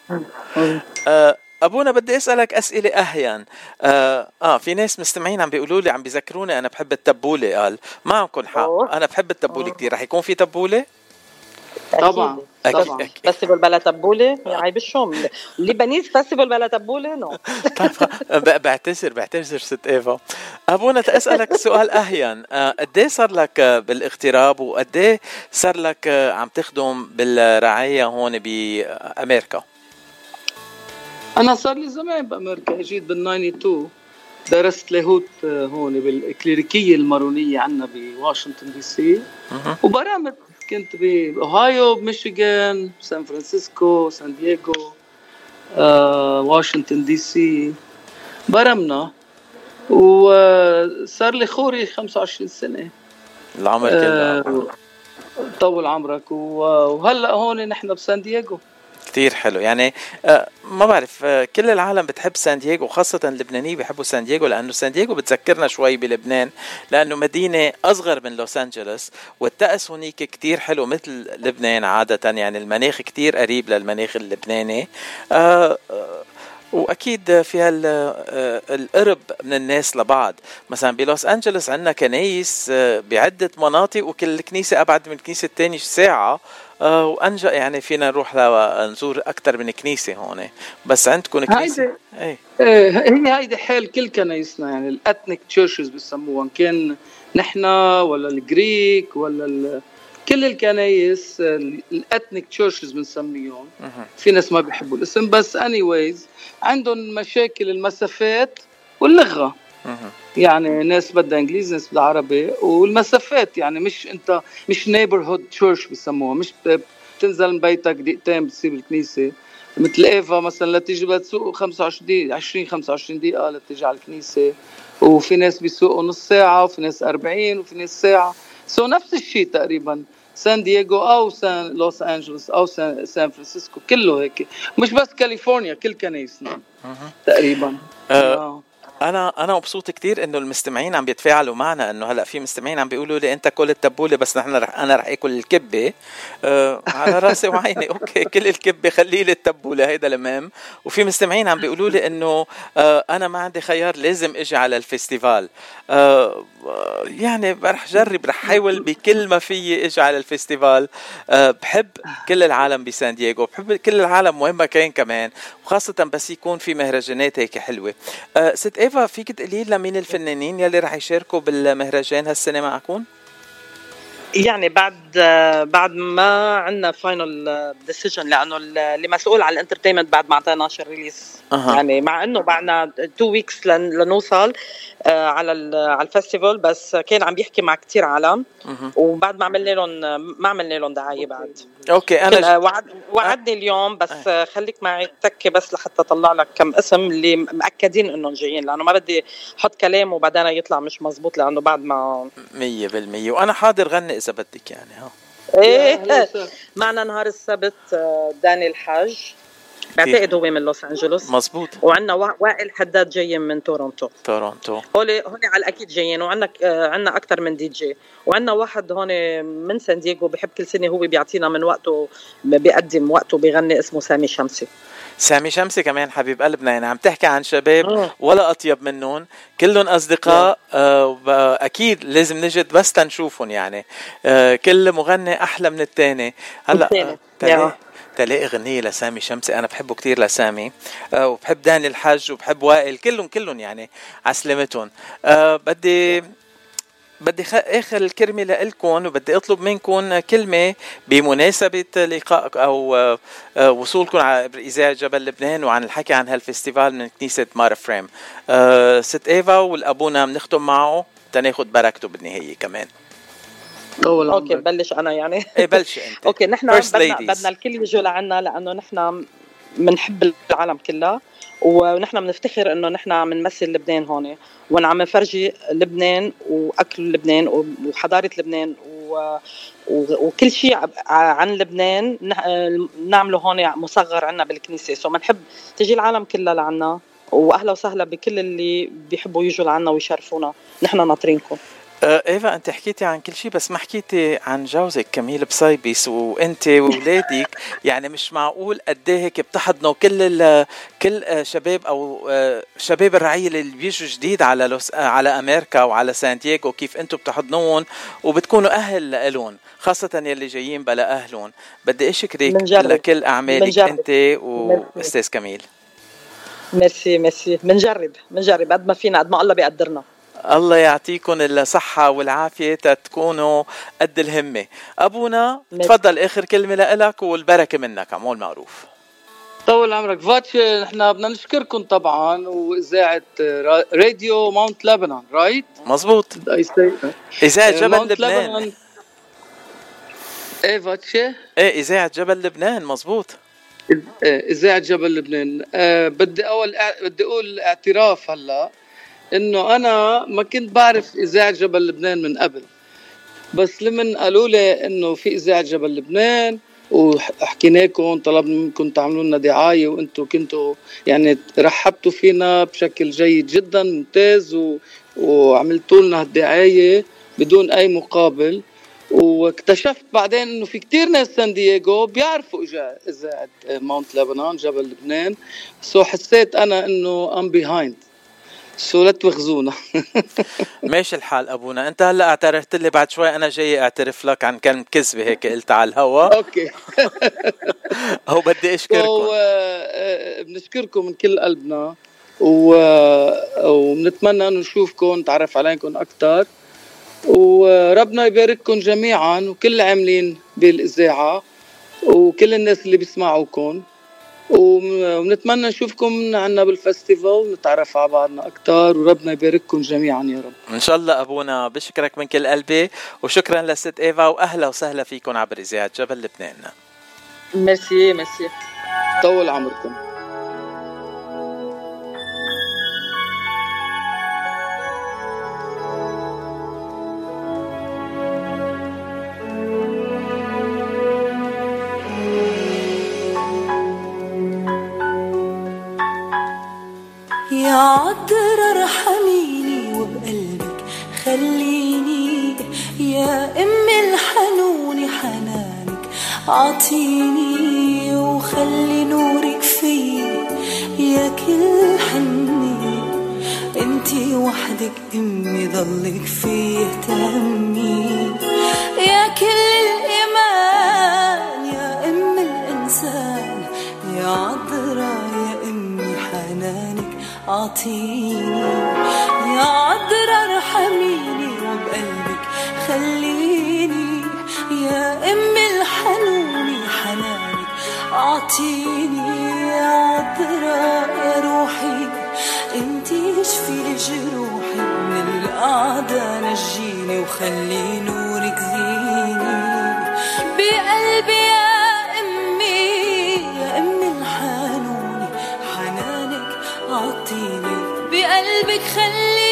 آه أبونا بدي أسألك أسئلة أهين. آه, آه في ناس مستمعين عم بيقولوا لي، عم بيذكروني أنا بحب التبولة. قال معكم حق، أنا بحب التبولة كتير. رح يكون في تبولة؟ طبعا طبعا. فستيفال بلا تبولة يعني بالشوم الليبانيز، فستيفال بلا تبولة نو. طبعا. بعتذر بعتذر ست إيفا. أبونا تسألك سؤال أهين. قد ايه صار لك بالاغتراب، وقد ايه صار لك عم تخدم بالرعاية هون بأمريكا؟ أنا صار لي زمان بأمريكا، جيت بالناينتي تو، درست لاهوت هون بالكليريكية المارونية عنا بواشنطن دي سي، وبرامج كنت بأوهايو، بميشيغان، سان فرانسيسكو، سان دييغو، آه، واشنطن دي سي برمنا. وصار لي خوري خمسة وعشرين سنة العمر كله. آه، طول عمرك. وهلأ هون نحن بسان دييغو. كتير حلو يعني. آه ما بعرف، آه كل العالم بتحب سان دييغو، خاصة اللبنانيين بيحبوا سان دييغو، لأنه سان دييغو بتذكرنا شوي بلبنان، لأنه مدينة أصغر من لوس أنجلوس، والتأس هناك كتير حلو مثل لبنان عادة، يعني المناخ كتير قريب للمناخ اللبناني. آه آه واكيد فيها القرب من الناس لبعض. مثلا بلوس انجلوس عندنا كنايس بعده مناطق، وكل كنيسه ابعد من الكنيسه الثانيه ساعه، وانجا يعني فينا نروح نزور اكثر من كنيسه هون. بس عندكم كنيسه ايه هي هيدي حال كل كنايسنا، يعني الاتنيك تشيرشز بسموها، كان نحن ولا الجريك ولا ال... كل الكنايس الاتنيك تشيرشز بنسميهم. في ناس ما بيحبوا الاسم، بس anyways عندهم مشاكل المسافات واللغة. يعني ناس بدها انجليزي، ناس بدها عربي، والمسافات يعني مش انت مش نيبرهود تشيرش بسموها، مش بتنزل من بيتك دقيقتين بتصير الكنيسة. مثل ايفا مثلا لتيجي بدها تسوق خمسة وعشرين دقيقة، عشرين خمسة وعشرين دقيقة لتيجي على الكنيسة. وفي ناس بيسوقوا نص ساعة، وفي ناس أربعين، وفي ناس ساعة. سو نفس الشيء تقريبا سان دييغو او سان لوس انجلوس او سان, سان فرانسيسكو كله هيك، مش بس كاليفورنيا، كل كنايسنا تقريبا. أه انا انا مبسوط كتير انه المستمعين عم بيتفاعلوا معنا، انه هلا في مستمعين عم بيقولوا لي انت كل التبوله بس نحن رح انا رح اكل الكبه. أه على راسي وعيني، اوكي كل الكبه خلي لي التبوله، هيدا المهم. وفي مستمعين عم بيقولوا لي انه أه انا ما عندي خيار، لازم اجي على الفيستيفال. أه يعني رح جرب، رح حاول بكل ما فيي اجي على الفيستيفال. أه بحب كل العالم بسان دييغو، بحب كل العالم وين ما كان كمان، وخاصه بس يكون في مهرجانات هيك حلوه. أه ست إيفا، فيك تقولي لنا مين الفنانين يلي رح يشاركوا بالمهرجان هالسنة معكم؟ يعني بعد بعد ما عندنا فاينل ديسيجن، لانه اللي مسؤول على الانترتينمنت بعد ما اعطانا ناشر ريليس. أه. يعني مع انه بعدنا تو ويكس لنوصل على على الفestival، بس كان عم بيحكي مع كتير عالم. أه. وبعد ما عملنا لهم ما عملنا لهم دعايه بعد. اوكي انا ج... وعد وعدني أه. اليوم، بس أه. خليك معي تكي بس لحتى اطلع لك كم اسم اللي مأكدين انهم جايين، لانه ما بدي احط كلام وبعدين يطلع مش مزبوط، لانه بعد ما مية بالمية. وانا حاضر غني اذا بدك يعني. ها ايه معنا نهار السبت داني الحاج، بعتقد هو من لوس أنجلوس. مزبوط. وعندنا وائل حداد جاي من تورونتو. تورونتو هولي هوني على الأكيد جايين. وعندنا عندنا أكتر من دي جي. وعندنا واحد هون من سان دييغو بحب كل سنة هو بيعطينا من وقته، بيقدم وقته بيغني، اسمه سامي شمسي. سامي شمسي كمان حبيب قلبنا. يعني عم تحكي عن شباب ولا أطيب منهم، كلهم أصدقاء. آه أكيد لازم نجد بس تنشوفهم. يعني آه كل مغني أحلى من التاني. هلأ آه تلاقي غنية لسامي شمسي، أنا بحبه كتير لسامي. أه وبحب داني الحج وبحب وائل، كلهم كلهم يعني عسلمتهم. أه بدي بدي خ... آخر الكلمة لإلكم، وبدي أطلب منكم كلمة بمناسبة لقائك أو أه وصولكم على إذاعة جبل لبنان، وعن الحكي عن هالفستيفال من كنيسة مار فريم. أه ست إيفا والأبونا بنختم معه تناخد بركته بالنهاية كمان. اوكي بلش انا يعني. ايه بلش انت. اوكي نحن بدنا بدنا الكل يجوا لعنا، لانه نحن بنحب العالم كلها، ونحن بنفتخر انه نحن عم نمثل لبنان هون، وانا عم نفرجي لبنان واكل لبنان وحضاره لبنان و... وكل شيء عن لبنان نعمله هون مصغر عنا بالكنيسه. سو بنحب تجي العالم كلها لعنا، واهلا وسهلا بكل اللي بيحبوا يجوا لعنا ويشرفونا. نحن ناطرينكم. إيفا أنت حكيتي عن كل شيء، بس ما حكيتي عن جوزك كميل بصيبيس وأنت وولادك. يعني مش معقول قد ايه هيك بتحضنوا كل كل شباب أو شباب الرعية اللي بيجوا جديد على لوس على أمريكا وعلى سان دييغو، كيف أنتوا بتحضنوهم وبتكونوا أهل لهم، خاصة يلي جايين بلا أهلهم. بدي أشكرك لكل أعمالك أنت وأستاذ كميل. ميرسي ميرسي. منجرب منجرب قد ما فينا، قد ما الله بيقدرنا. الله يعطيكم الصحة والعافية تكونوا قد الهمة. أبونا تفضل آخر كلمة لك والبركة منك. عمول معروف. طول عمرك فاتشي. نحن بدنا نشكركم طبعا، واذاعه راديو ماونت لبنان رايت مزبوط. اذاعه جبل لبنان. ايه فاتشي ايه اذاعه جبل لبنان مزبوط. اذاعه جبل لبنان. أه بدي اول بدي اقول اعتراف هلا انه انا ما كنت بعرف اذاعه جبل لبنان من قبل، بس لمن قالوا لي انه في اذاعه جبل لبنان وحكيناكم طلبنا منكم تعملوا لنا دعايه، وانتم كنتوا يعني رحبتوا فينا بشكل جيد جدا ممتاز، و... وعملتوا لنا هالدعايه بدون اي مقابل. واكتشفت بعدين انه في كتير ناس سان دييغو بيعرفوا اذاعه ماونت لبنان جبل لبنان، سو حسيت انا انه ام بيهايند، سو لا تواخذونا. ماشي الحال ابونا. انت هلا اعترفت لي، بعد شوي انا جاي اعترف لك عن كلمه كذبه هيك قلت على الهوا. اوكي. هو بدي اشكركم. بنشكركم من كل قلبنا، و... وبنتمنى انه نشوفكم نتعرف عليكم اكثر، وربنا يبارككم جميعا وكل العاملين بالاذاعه وكل الناس اللي بيسمعوكم، ونتمنى نشوفكم عنا بالفستيفال نتعرف على بعضنا أكتر، وربنا يبارككم جميعا يا رب. إن شاء الله أبونا. بشكرك من كل قلبي، وشكرا لست إيفا، وأهلا وسهلا فيكم عبر إذاعة جبل لبنان. ميرسي ميرسي. طول عمركم. يا عذرا ارحميني وبقلبك خليني، يا أمي الحنوني حنانك عطيني، وخلي نورك فيني يا كل حني، انتي وحدك أمي ضلك فيه تهمي، يا كل الإيمان يا أم الإنسان، يا عذرا يا أمي حنانك عطيني، يا عذرا ارحميني وبقلبك خليني، يا أمي الحنوني حنانك عطيني، يا عذرا يا روحي انتي اشفي جروحي، من القعدة نجيني وخلي نورك زيني بقلبي، يا أمي يا أمي الحنوني حنانك عطيني، بقلبك خليني.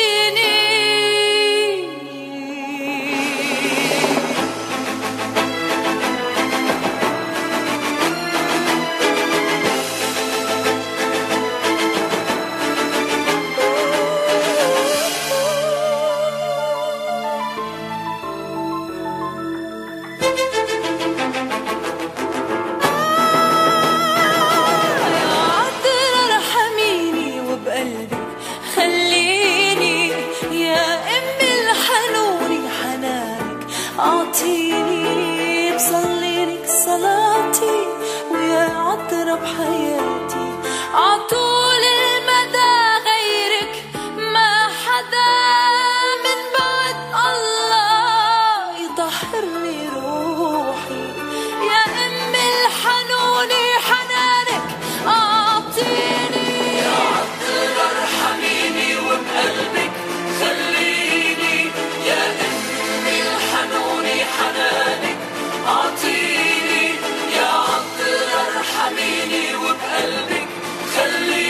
أعطيني بصليلك صلاتي، ويا عطرة بحياتي عطول المدى، غيرك ما حدا من بعد الله يطهر لي روحي، يا أمي الحنوني حنانك أعطيني، يا عطرة ارحميني وبقلبك خليني، يا أمي الحنوني حنانك أعطيني، يا عطرة ارحميني وبقلبك خليني.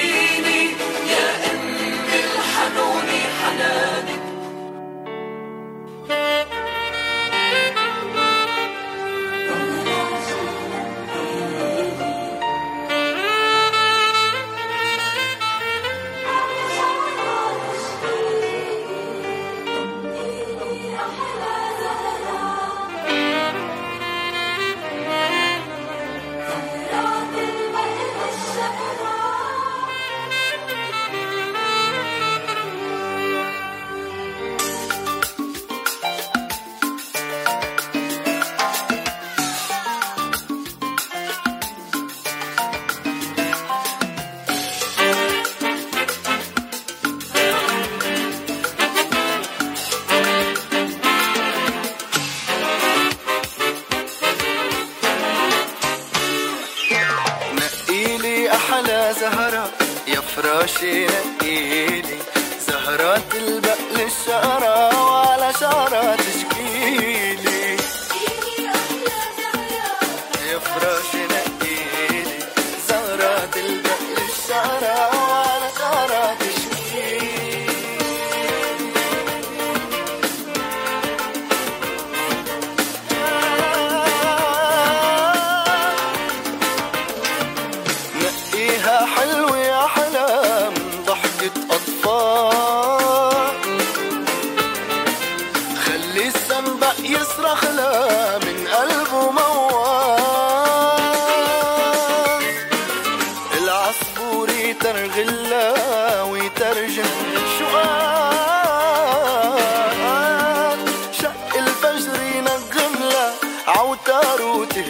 فراشي نقيلي زهرات البقل الشقرة وعلى شعرها تشكيلي يا فراشي نقيلي زهرات البقل الشقرة وعلى شعرها تشكيلي نقيها حلوة يا حلام ضحكة أطفال خلي السنبق يصرخ لها من قلبه موال العصفور يترغلها ويترجم شقال شق الفجر ينغملها عوتار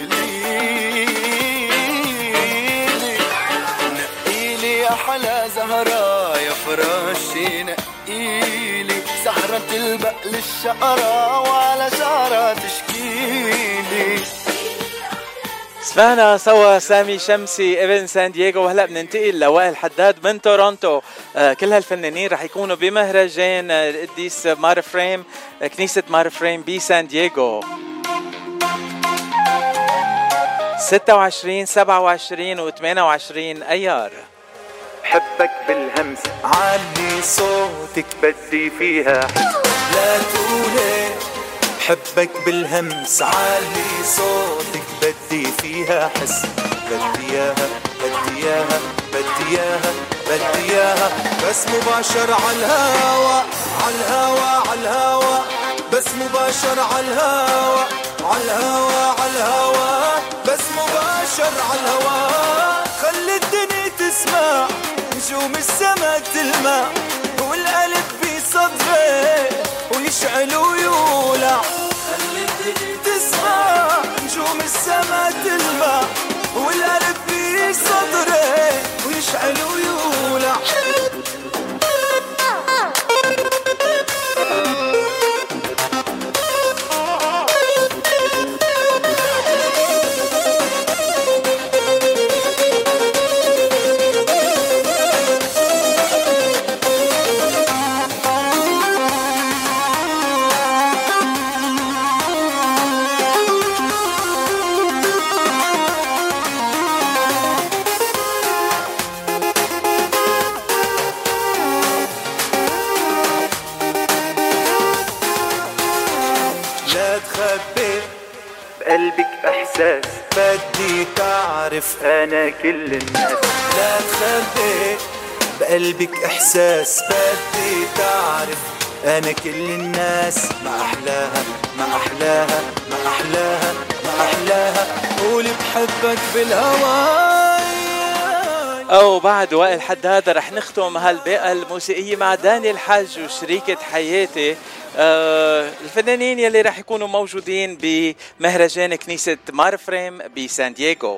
وتهليلي نقيلي يا حلا زهرة يا فراشي نقيلي سحرة البقل الشقرة وعلى شعرها تشكيلي. سمعنا سوا سامي شمسي ابن سان دييغو، وهلا بننتقل لوائل حداد من تورونتو. آه كل هالفنانين رح يكونوا بمهرجان القديس مار فريم، آه كنيسة مار فريم بسان دييغو ستة وعشرين سبعة وعشرين وثمانية وعشرين أيار. حبك بالهمس علي صوتك بدي فيها لا تقولي حبك بالهمس علي صوتك بدي فيها حس بدي اياها بدي اياها بدي اياها بدي اياها بس مباشر على الهوا على الهوا على الهوا بس مباشر على الهوا على الهوا على الهوا بس مباشر على الهوا خلي الدنيا تسمع نجوم السما تلمع والقلب بصدري ويشعل ويولع خلي الدنيا تسمع نجوم السما تلمع والقلب بصدري ويشعل ويولع بقلبك احساس بدي تعرف انا كل الناس لا تخبي بقلبك احساس بدي تعرف انا كل الناس ما احلاها ما احلاها ما احلاها ما احلاها قول بحبك بالهوى. أو بعد وائل حداد رح نختم هالبيئة الموسيقية مع داني الحاج وشريكة حياتي، آه الفنانين يلي رح يكونوا موجودين بمهرجان كنيسة مار فريم بسان دييغو.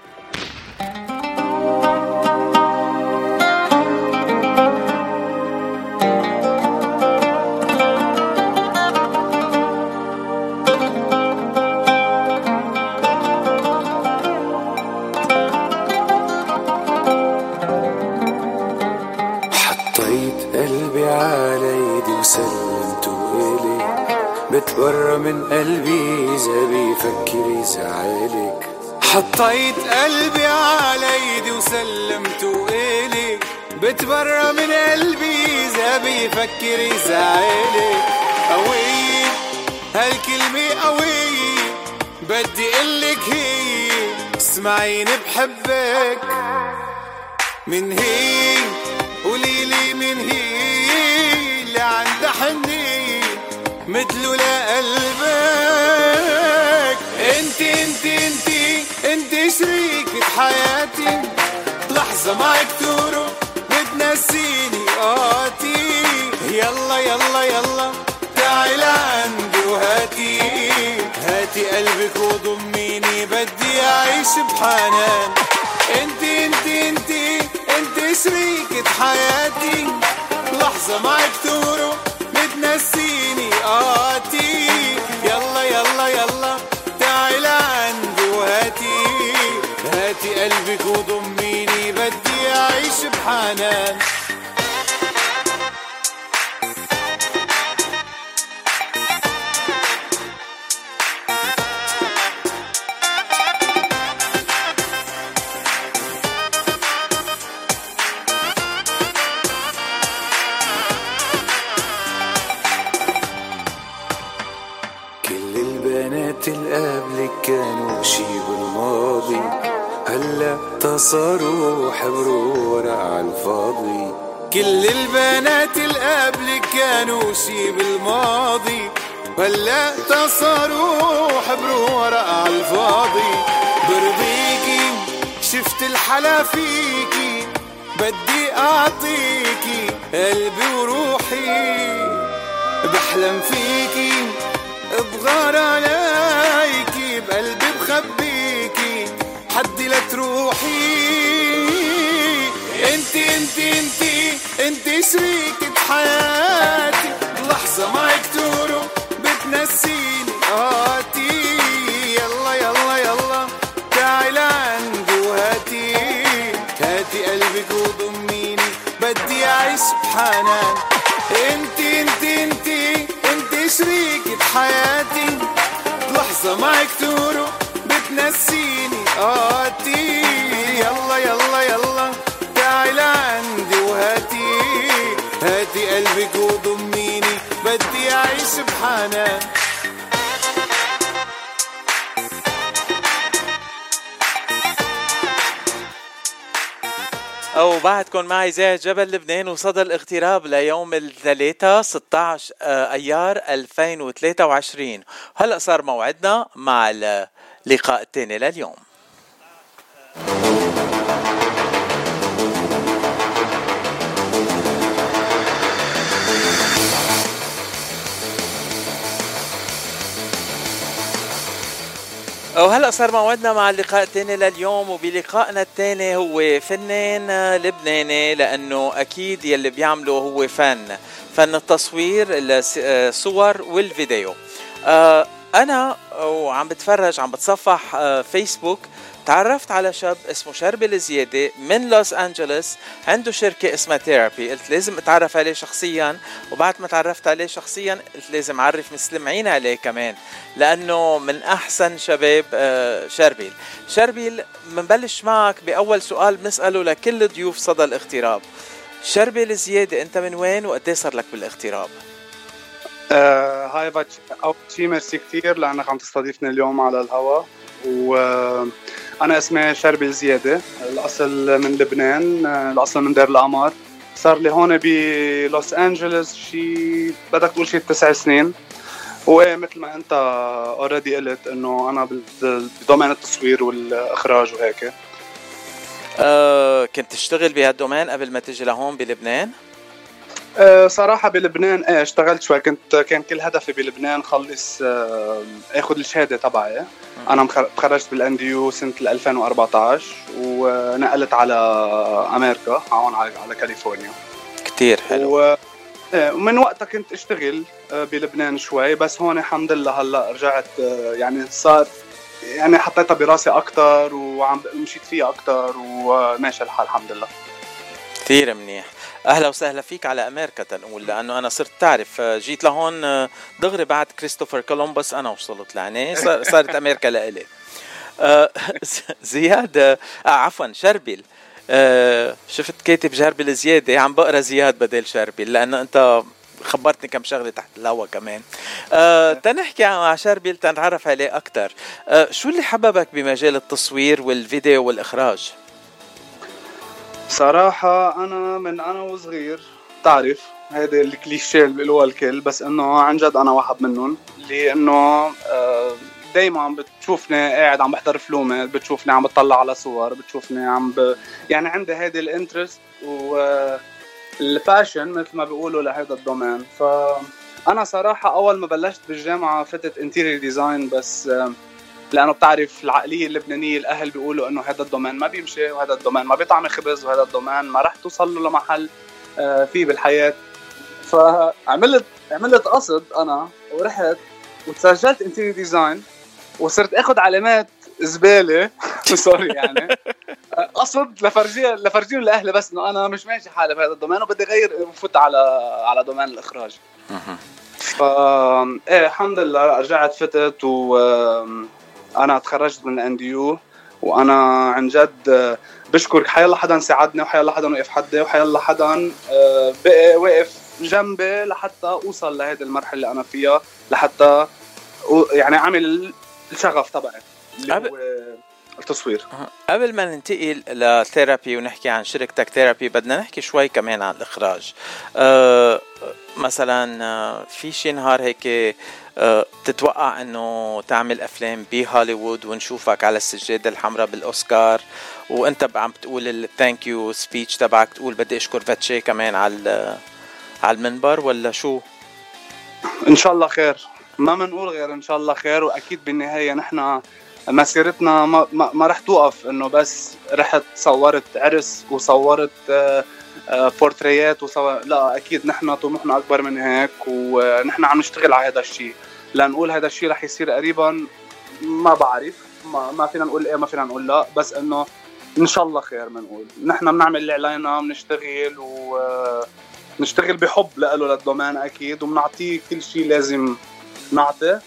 بتبرى من قلبي إذا بيفكر يزعلك حطيت قلبي على ايدي وسلمته إلي بتبرى من قلبي إذا بيفكر يزعلك قوية هالكلمة قوية بدي قلك هي اسمعيني بحبك من هي قوليلي من هي اللي عندها حنين مثله لقلبك انت انت انت انت شريكة حياتي لحظة معك تروح بتنسيني قاتي يلا يلا يلا تعي لعندي وهاتي هاتي قلبك وضميني بدي اعيش بحنان انت انت انت انت شريكة حياتي لحظة معك تروح بتنسيني قاتي يلا يلا يلا تعي لعندي وهاتي هاتي قلبك وضميني بدي اعيش بحنان بحنان. القبلك كانوا شي بالماضي، هلا تصاروا حبروا ورق عالفاضي. كل البنات القبلك كانوا شي بالماضي، هلا تصاروا حبروا ورق عالفاضي. برضيكي شفت الحلا فيكي، بدي اعطيكي قلبي وروحي. بحلم فيكي بغار عليكي، بقلبي بخبيكي حدي لا تروحي. انتي انتي انتي انتي شريكة حياتي، لحظة معك تورو بتنسيني قاتي. يلا يلا يلا تعي لعندي وهاتي، هاتي قلبك وضميني بدي اعيش بحنان. انتي انتي انتي انتي شريكة حياتي، لحظة معك تورو بتنسيني قاتي. يلا يلا يلا تعي لعندي وهاتي، هاتي قلبك وضميني بدي اعيش بحنان. أو بعدكم معي زاهد جبل لبنان، وصدى الاغتراب ليوم الثلاثاء ستة عشر أيار ألفين وثلاثة وعشرين. هلأ صار موعدنا مع اللقاء الثاني لليوم. وهلأ صار موعدنا مع اللقاء الثاني لليوم، وبلقائنا الثاني هو فنان لبناني، لأنه أكيد يلي بيعمله هو فن فن التصوير الصور والفيديو. أنا وعم بتفرج عم بتصفح فيسبوك تعرفت على شاب اسمه شربل زيادة من لوس أنجلوس، عنده شركة اسمها ثيرابي. قلت لازم اتعرف عليه شخصيا، وبعد ما تعرفت عليه شخصيا قلت لازم اعرف مستمعين عليه كمان، لأنه من أحسن شباب. شربل شربل منبلش معك بأول سؤال بنسأله لكل ضيوف صدى الاغتراب. شربل زيادة، أنت من وين وقديه صار لك بالاغتراب؟ آه هاي باتش أول شي ميرسي كتير لأنك عم تستضيفني اليوم على الهواء. وأنا اسمي شربل زيادة، الأصل من لبنان، الأصل من دير القمر. صار لي هون بلوس أنجلوس شي بدك تقول شي تسع سنين. ومثل ما أنت already قلت إنه أنا بدومين التصوير والإخراج وهيك. أه كنت تشتغل بهالدومين قبل ما تجي لهون بلبنان؟ أه صراحة بلبنان ايه اشتغلت شوي. كنت كان كل هدفي بلبنان خلص أه اخذ الشهادة تبعي. انا تخرجت بالانديو سنة ألفين وأربعة عشر ونقلت على امريكا هون على كاليفورنيا. كتير حلو. و... ومن وقتها كنت اشتغل بلبنان شوي، بس هون الحمد لله هلا رجعت. يعني صار يعني حطيتها براسي اكتر وعم مشيت فيها اكتر وماشي الحال الحمد لله. كتير منيح. أهلا وسهلا فيك على أمريكا تنقول، لأنه أنا صرت تعرف جيت لهون دغري بعد كريستوفر كولومبوس أنا وصلت لعني، صارت أمريكا لإلي. زياد آه عفوا شربل، آه شفت كاتب شربل زيادة، عم بقرأ زياد بدل شربل لأنه أنت خبرتني كم شغلة تحت الهوا كمان. آه تنحكي مع شربل تنعرف عليه أكتر. آه شو اللي حببك بمجال التصوير والفيديو والإخراج؟ صراحة أنا من أنا وصغير تعرف هذا الكليشيه اللي بيقولوها الكل، بس إنه عن جد أنا واحد منهم، اللي إنه دايما عم بتشوفني قاعد عم بحضر فلومة، بتشوفني عم بتطلع على صور، بتشوفني عم ب... يعني عندي هذه الانترست والفاشن مثل ما بيقولوا لهذا الدومين. فأنا صراحة أول ما بلشت بالجامعة فتت انتيريور ديزاين، بس لأنه بتعرف العقلية اللبنانية الأهل بيقولوا إنه هذا الدومين ما بيمشي، وهذا الدومين ما بيطعم خبز، وهذا الدومين ما رح توصل له لمحل فيه بالحياة. فعملت عملت قصد أنا ورحت وتسجلت انتيريور ديزاين، وصرت أخذ علامات زبالة سوري يعني قصد لفرجيه لفرجيه الاهل بس انه انا مش ماشي حالي بهذا الدومين وبدي اغير وفوت على على دومين الاخراج. ف ايه الحمد لله رجعت فتت وانا تخرجت من ان دي يو وانا عن جد بشكر حيالله حدا ساعدني وحيالله حدا وقف حدي وحيالله حدا بقى واقف جنبي لحتى اوصل لهيدي المرحله اللي انا فيها لحتى يعني اعمل الشغف تبعي اللي هو التصوير. قبل ما ننتقل لثيرابي ونحكي عن شركتك ثيرابي بدنا نحكي شوي كمان عن الإخراج. أه مثلا أه في شي نهار هيك أه تتوقع انه تعمل افلام بهوليوود ونشوفك على السجادة الحمراء بالأوسكار وانت عم بتقول الثانك يو سبيتش تبعك تقول بدي اشكر فاتشي كمان على على المنبر ولا شو؟ ان شاء الله خير، ما منقول غير ان شاء الله خير. واكيد بالنهاية نحن مسيرتنا ما, ما, ما رح توقف انه بس رحت صورت عرس وصورت آه آه بورتريات وصور... لا اكيد نحن طموحنا اكبر من هيك ونحن عم نشتغل على هذا الشيء. لنقول هذا الشيء رح يصير قريبا ما بعرف، ما, ما فينا نقول ايه ما فينا نقول لا، بس انه ان شاء الله خير. منقول نحن بنعمل اللي علينا، بنشتغل ونشتغل بحب له للدومين اكيد وبنعطيه كل شيء لازم نعطي.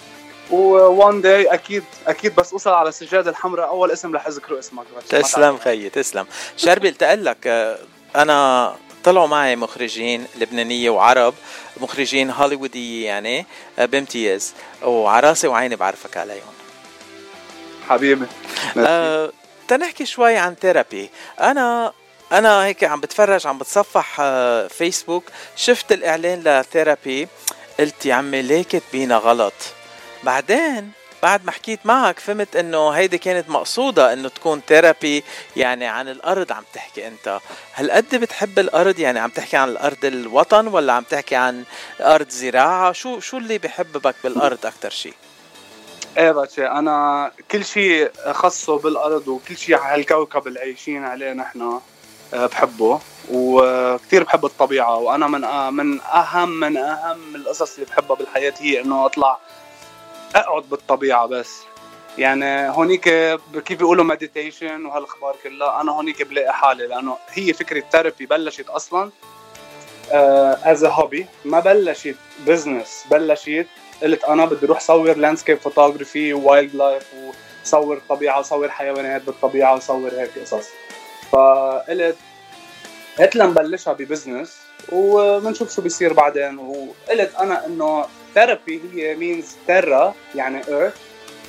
ووان داي اكيد اكيد بس اوصل على السجاده الحمراء اول اسم رح اذكره اسمك. تسلم خيي تسلم. شربي قلت لك انا طلعوا معي مخرجين لبنانيه وعرب، مخرجين هوليووديه يعني بامتياز، وعراسي وعيني بعرفك عليهم حبيبي. أه تنحكي شوي عن ثيرابي. انا انا هيك عم بتفرج عم بتصفح فيسبوك شفت الاعلان لثيرابي قلت يا عمي ليك بينا غلط. بعدين بعد ما حكيت معك فهمت انه هيدي كانت مقصودة انه تكون ثيرابي يعني عن الارض. عم تحكي انت هل قد بتحب الارض؟ يعني عم تحكي عن الارض الوطن ولا عم تحكي عن ارض زراعة؟ شو شو اللي بحببك بالارض اكتر شيء؟ ايه باتشي انا كل شيء خاصه بالارض وكل شيء على هالكوكب اللي عايشين عليه نحن بحبه وكثير بحب الطبيعة. وانا من من اهم من اهم القصص اللي بحبها بالحياة هي انه اطلع اقعد بالطبيعة. بس يعني هونيك كيف بيقولوا مديتيشن وهالاخبار كلها، انا هونيك بلاقي حالي لانه هي فكرة ثيرابي بلشت اصلا از ا هوبي، ما بلشت بزنس. بلشت قلت انا بدي اروح صور لاندسكيب فوتوغرافي ووايلد لايف وصور طبيعة وصور حيوانات بالطبيعة وصور هيك قصص. فقلت هات لنبلشها ببزنس ومنشوف شو بيصير بعدين. وقلت انا انه ثيرابي هي مينز تيرا يعني earth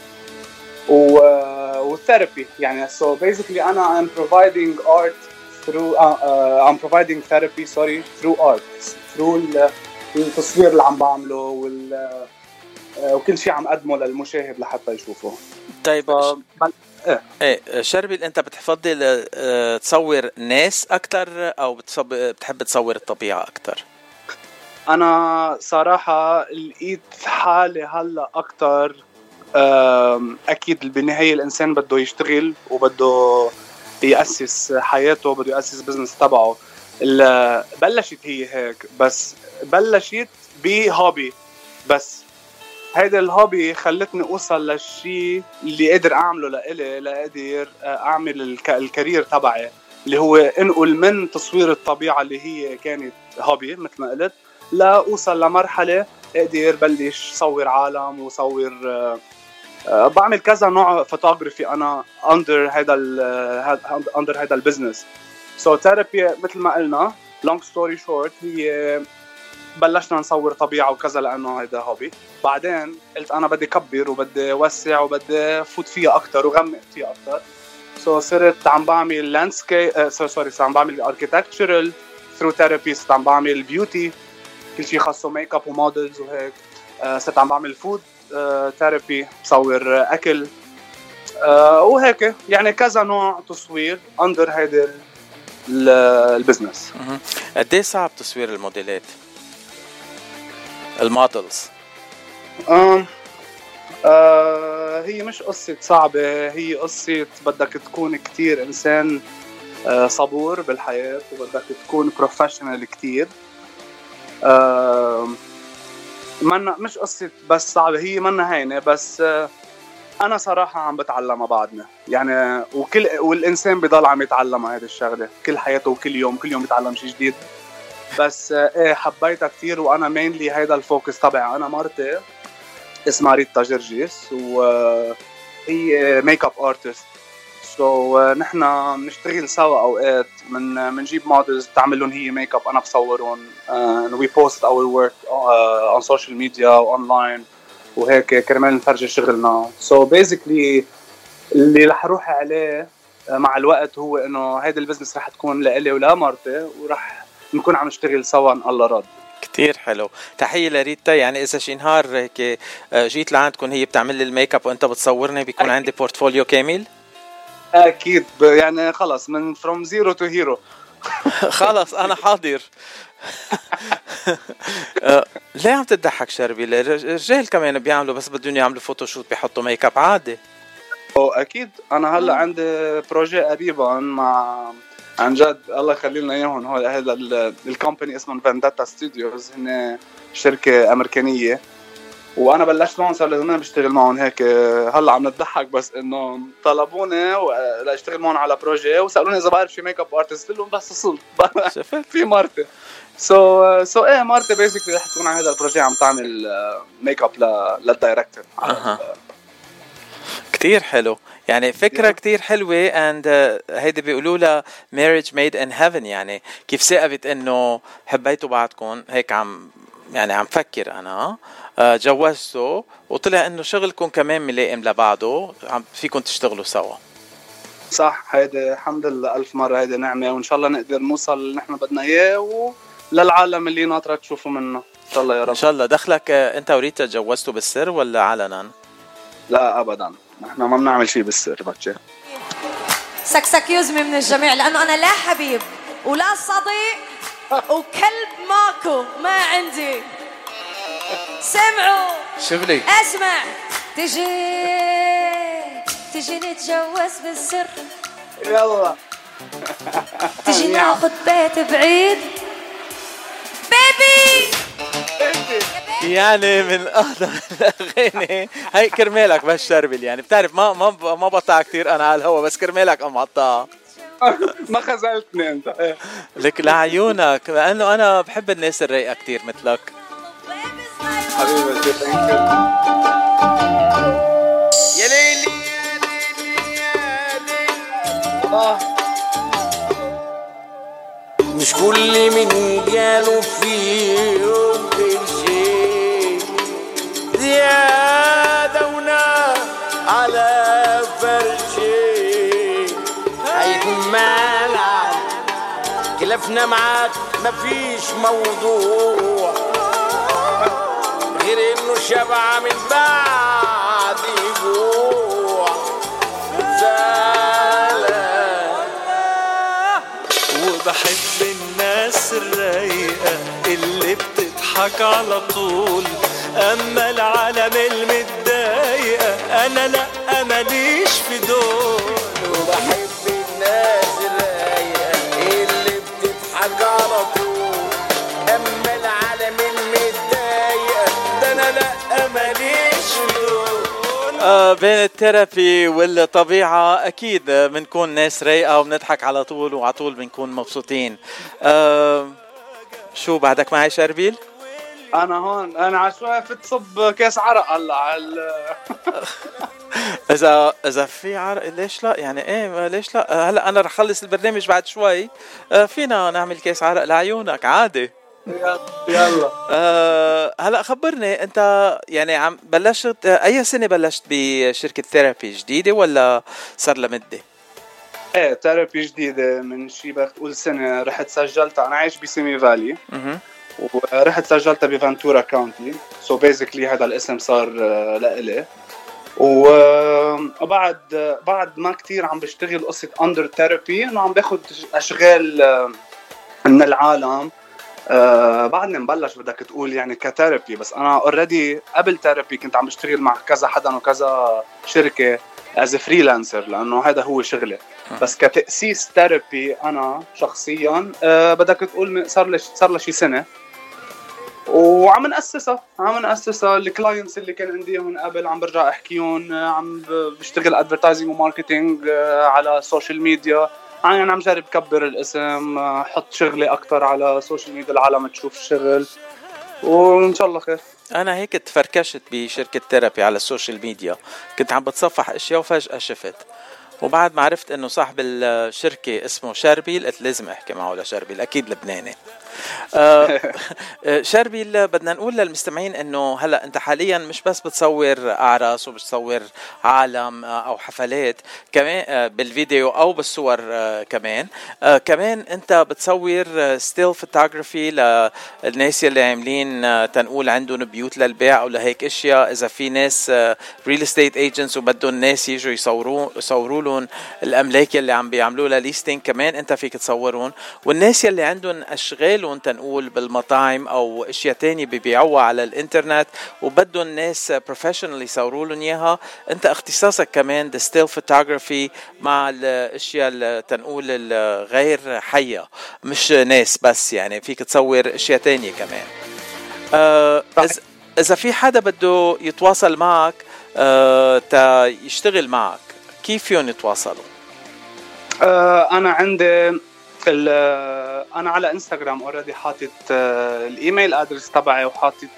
و والثيرابي يعني so basically انا I'm providing art through uh, uh, I'm providing therapy sorry through art through التصوير اللي عم بعمله وال uh, وكل شيء عم قدمه للمشاهد لحتى يشوفه. طيب ف... ايه ايه شربي انت بتفضل تصور ناس اكتر او بتحب تصور الطبيعة اكتر؟ انا صراحة لقيت حالي هلا اكتر اكيد بالنهاية الانسان بده يشتغل وبده يأسس حياته وبده يأسس بزنس تبعه. بلشت هي هيك بس بلشت بهوبي بس هيدا الهوبي خلتني اوصل للشيء اللي قادر اعمله لإلي لقدر اعمل الكارير تبعي اللي هو انقل من تصوير الطبيعة اللي هي كانت هوبي مثل ما قلت لا اوصل لمرحلة اقدر بلش صور عالم وصور بعمل كذا نوع فوتوغرافي انا اندر هيدا اندر هيدا البزنس. سو ثيرابي مثل ما قلنا لونج ستوري شورت هي بلشنا نصور طبيعة وكذا لأنه هيدا هوبي. بعدين قلت أنا بدي كبر وبدي وسع وبدي فوت فيها أكتر وغمق فيها أكتر. سو so صرت عم بعمل لاندسكيب سوري سوري عم بعمل اركيتكتشرال ثرو ثيرابي. صرت عم بعمل بيوتي كل شيء خاصه ميك اب ومودلز وهيك. صرت عم بعمل فود ثيرابي بصور أكل وهيك يعني كذا نوع تصوير أندر هيدا البزنس. قد ايه صعب تصوير الموديلات المودلز؟ آه آه هي مش قصة صعبة، هي قصة بدك تكون كتير إنسان آه صبور بالحياة وبدك تكون بروفيشنال كتير. آه منا مش قصة بس صعبة، هي منا هينة بس آه انا صراحه عم بتعلمها بعدنا يعني، وكل والانسان بضل عم يتعلمها هذه الشغله كل حياته وكل يوم كل يوم بيتعلم شيء جديد. بس ايه حبيتها كتير، وانا مينلي هيدا الفوكس تبعي. انا مرتي اسمها ريتا جرجيس وهي ميك اب ارتست، سو نحن بنشتغل سوا اوقات، من بنجيب مودلز بتعمل لهم هي ميك اب، انا بصورهم، وي بوست اور ورك اون سوشيال ميديا واونلاين وهيك كرمال نفرجي شغلنا. سو so بيزيكلي اللي رح اروح عليه مع الوقت هو انه هيدا البزنس رح تكون لإلي ولا مرتي، ورح نكون عم نشتغل سوا ان الله راد. كتير حلو. تحية لريتا. يعني إذا شي نهار هيك جيت لعندكم هي بتعمل لي الميك اب وأنت بتصورني بيكون أكيد. عندي بورتفوليو كامل. أكيد يعني خلص من from zero to hero. خلص أنا حاضر. ليه عم تضحك شربيل؟ الرجال كمان بيعملوا بس بدهم يعملوا فوتوشوت بيحطوا ميك اب عادي. أو أكيد. أنا هلا عندي بروجي قريبا مع عن جد الله يخلي لنا اياهم، هو هذا الكومباني اسمه فانداتا ستوديوز، هن شركه امريكانيه وانا بلشت معهم صار لي زمان بشتغل معهم هيك. هلا عم نضحك بس انه طلبوني لاشتغل معهم على بروجي وسالوني اذا بعرف شي ميك اب ارتست، قلت لهم بس وصلت في مرتي. سو سو ايه مرتي بيزيكلي رح تكون على هذا البروجي عم تعمل ميك اب للدايركتور. اها كتير حلو. يعني فكرة كتير حلوة and uh, هيدا بيقولوا لها marriage made in heaven. يعني كيف ثقبت انه حبيتوا بعضكم هيك عم يعني عم فكر انا uh, جوزته وطلع انه شغلكم كمان ملائم لبعضه، عم فيكم تشتغلوا سوا. صح. هيدا الحمد لله ألف مرة هيدا نعمة، وإن شاء الله نقدر نوصل اللي نحن بدنا إياه وللعالم اللي ناطرة تشوفوا منه إن شاء الله يا رب. إن شاء الله. دخلك uh, أنت وريتا تجوزتوا بالسر ولا علنا؟ لا أبداً، نحن ما بنعمل شيء بالسر باتشي. سكسك يزمي من الجميع لأنه أنا لا حبيب ولا صديق وكلب ماكو ما عندي. سمعوا شغلي اسمع، تجي تجي نتجوز بالسر، يلا تجي ناخد بيت بعيد بيبي. يعني من أقدم الأغاني هاي كرمالك بس شربل. يعني بتعرف ما ما ما بطلع كتير أنا على الهوا، بس كرمالك أم عطاها. ما خزلتني أنت. لك لعيونك لأنه أنا بحب الناس الرايقة كتير مثلك. حبيبي يا ليلي يا ليلي يا ليلي. مش كل من جاله فيه شيء زيادة ونار على فرشي هيكون مالع خلافنا معاك مفيش موضوع غير انه شبعة من بعد جوع زعلان. وبحب الناس الرايقة اللي بتضحك على طول، اما العالم المتضايقة انا لا ماليش في دول. وبحب الناس الرايقة اللي بتضحك على طول، اما العالم المتضايقة ده انا لا ماليش في دول. آه بين الثيرابي والطبيعة أكيد بنكون ناس رايقة وبنضحك على طول وعلى طول بنكون مبسوطين. آه شو بعدك معي شربيل؟ أنا هون أنا عشوائي فت صب كاس عرق هلا على إذا إذا في عرق ليش لا؟ يعني إيه ليش لا؟ هلا أنا رح خلص البرنامج بعد شوي، آه فينا نعمل كاس عرق لعيونك عادي. يلا. أه هلا خبرني انت يعني عم بلشت اي سنه بلشت بشركه ثيرابي جديده ولا صار لها مده؟ ايه ثيرابي جديده من شي بدك تقول سنه. رحت سجلتها، انا عايش بسيمي فالي ورحت سجلتها بفانتورا كاونتي. سو بيزيكلي هذا الاسم صار لإلي. وبعد بعد ما كتير عم بشتغل قصه اندر ثيرابي انه عم باخذ اشغال من العالم. أه بعدني مبلش بدك تقول يعني كثيرابي، بس انا اوريدي قبل ثيرابي كنت عم بشتغل مع كذا حدا وكذا شركه از فريلانسر لانه هذا هو شغلي. بس كتاسيس ثيرابي انا شخصيا أه بدك تقول صار لي صار لي شي سنه. وعم نأسسها عم نأسسها الكلاينتس اللي كان عندي من قبل عم برجع احكيهم، عم بشتغل ادفرتايزنج وماركتينج على السوشيال ميديا، يعني عم جرب كبر الاسم، حط شغلي اكثر على السوشيال ميديا العالم تشوف الشغل، وان شاء الله خير. انا هيك تفركشت بشركه ثيرابي على السوشيال ميديا، كنت عم بتصفح اشياء وفجاه شفت، وبعد ما عرفت انه صاحب الشركه اسمه شربيل قلت لازم احكي معه لشربيل، اكيد لبناني. آه شربيل، بدنا نقول للمستمعين انه هلا انت حاليا مش بس بتصور اعراس وبتصور عالم او حفلات كمان بالفيديو او بالصور كمان، آه كمان انت بتصور ستيل فوتوغرافي للناس اللي عاملين تنقول عندهم بيوت للبيع او لهيك اشياء، اذا في ناس ريل استيت ايجنتس وبدهم ناس يجوا يصوروا يصوروا لهم الاملاك اللي عم بيعملوا لها ليستينج، كمان انت فيك تصورهم، والناس اللي عندهم اشغال تنقول بالمطاعم او اشياء تانية بيبيعوها على الانترنت وبدهم ناس بروفيشنال يصوروا لهم اياها، انت اختصاصك كمان the still photography مع الاشياء اللي تنقول الغير حية، مش ناس بس، يعني فيك تصور اشياء تانية كمان. آه اذا في حدا بده يتواصل معك آه تا يشتغل معك، كيف فيهم يتواصلوا؟ آه انا عندي انا على انستغرام اوريدي حاطط الايميل ادرس تبعي وحاطط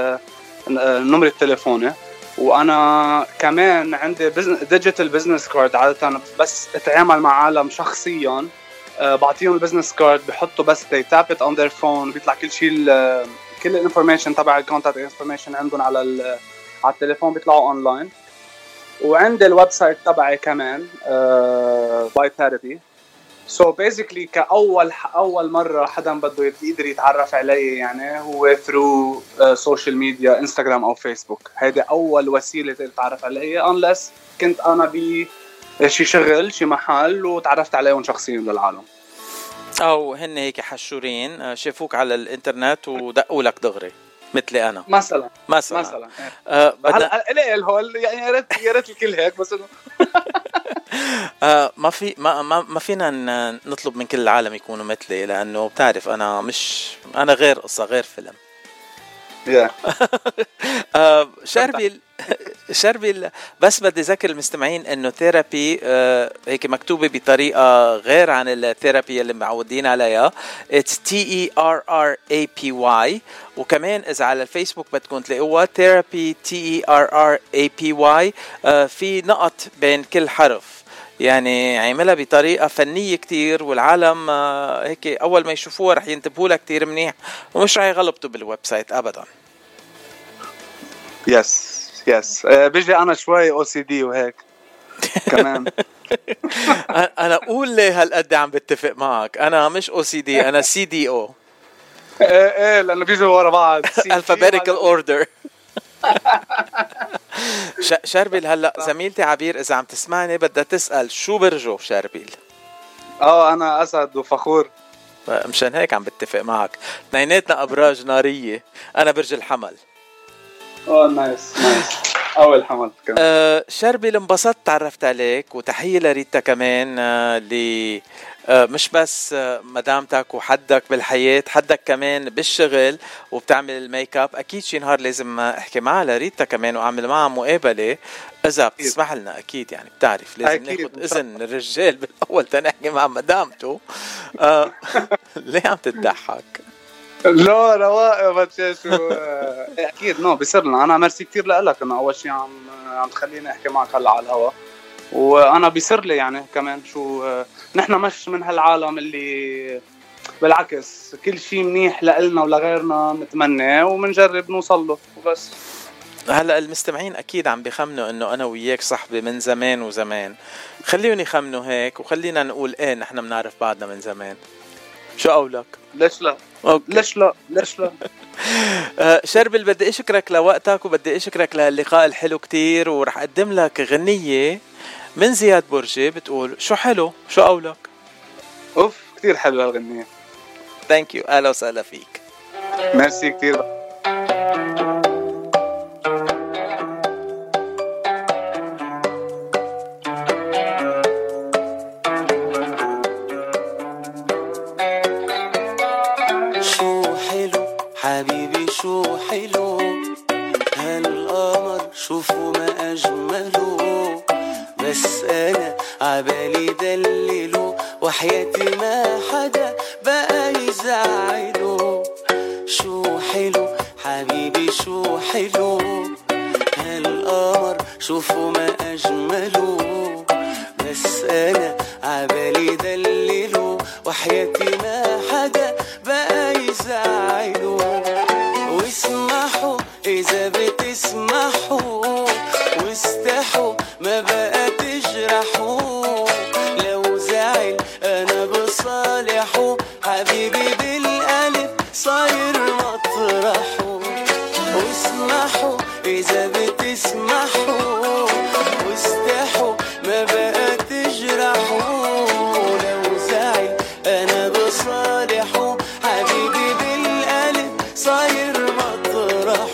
النمر التليفوني، وانا كمان عندي ديجيتال بزنس كارد، عاده بس اتعامل مع عالم شخصيا بعطيهم البزنس كارد بحطوا بس they tap it on their phone بيطلع كل شيء كل الانفورميشن تبع الكونتاكت انفورميشن عندهم على على التليفون بيطلعوا اونلاين. وعندي الويب سايت تبعي كمان باي ثيرابي. So basically كأول أول مرة حدا بده يقدر يتعرف علي يعني هو through social media انستغرام أو فيسبوك، هيدا أول وسيلة تتعرف علي unless كنت أنا بشي شغل شي محل وتعرفت عليهم شخصيا للعالم، أو هن هيك حشورين شافوك على الإنترنت ودقوا لك دغري مثلي أنا مثلا مثلا مثلا أه هلا ليه الهول يعني يا ريت يا ريت الكل هيك بس آه ما في ما ما ما فينا نطلب من كل العالم يكونوا مثلي، لانه بتعرف انا مش انا غير قصه غير فيلم. yeah. آه شربيل شربيل بس بدي ذكر المستمعين انه ثيرابي آه هيك مكتوبه بطريقه غير عن الثيرابي اللي معودين عليها، it's T E R R A P Y، وكمان اذا على الفيسبوك بدكم تلاقوها ثيرابي T E R R A P Y، آه في نقط بين كل حرف، يعني عملها بطريقة فنية كتير، والعالم آه هيك اول ما يشوفوها رح ينتبهوا لها كتير منيح ومش رح يغلطوا بالويب سايت ابدا. يس يس بيجي انا شوي او سي دي وهيك كمان. انا اقول ليه هالقد عم بتفق معك، انا مش او سي دي، انا سي دي او. ايه ايه لانه بيجوا ورا بعض alphabetical order. شربيل هلا زميلتي عبير اذا عم تسمعني بدها تسال شو برجو شربيل؟ اه انا اسد وفخور، مشان هيك عم بتفق معك، اثنيناتنا ابراج ناريه، انا برج الحمل. اه نايس نايس اول حمل كمان. آه شربيل انبسطت تعرفت عليك، وتحيه لريتا كمان آه اللي آه مش بس آه مدامتك وحدك بالحياه، حدك كمان بالشغل وبتعمل الميك اب. اكيد شي نهار لازم احكي معها لريتا كمان واعمل معها مقابله اذا بتسمح لنا، اكيد يعني بتعرف لازم ناخد اذن الرجال بالاول تنحكي مع مدامته. آه ليه عم تضحك؟ لا رواق ما شو اكيد نو بيصير لنا. انا ميرسي كتير لك انه اول شيء عم عم تخليني احكي معك هلا على الهوا، وانا بيصير لي يعني كمان شو نحن مش من هالعالم اللي بالعكس كل شيء منيح لنا ولغيرنا نتمنى ومنجرب نوصل له وبس. هلا المستمعين اكيد عم بيخمنوا انه انا وياك صحبه من زمان وزمان، خليهم يخمنوا هيك وخلينا نقول ايه نحن بنعرف بعضنا من زمان. شو قولك؟ ليش لا؟ أوكي. ليش لا؟ ليش لا؟ شربيل بدي اشكرك لوقتك وبدي اشكرك لهاللقاء الحلو كتير، ورح اقدم لك غنية من زياد برجي بتقول شو حلو. شو قولك؟ اوف كتير حلوة الغنية. ثانك يو، اهلا وسهلا فيك. ميرسي كتير. حبيبي شو شوفوا ما أجمله، بس أنا عبالي دلله، وحياتي ما حدا بقى يزعله. شو حلو حبيبي شو حلو هالقمر، شوفوا ما أجمله، بس أنا عبالي دلله، وحياتي ما حدا بقى يزعله. واسمحوا إذا بتسمحوا، واستحوا ما بقى تجرحوا، لو زعل أنا بصالحه، حبيبي بالقلب صاير مطرحه. واسمحوا إذا بتسمحوا، واستحوا ما بقى تجرحوا، لو زعل أنا بصالحه، حبيبي بالقلب صاير مطرحه.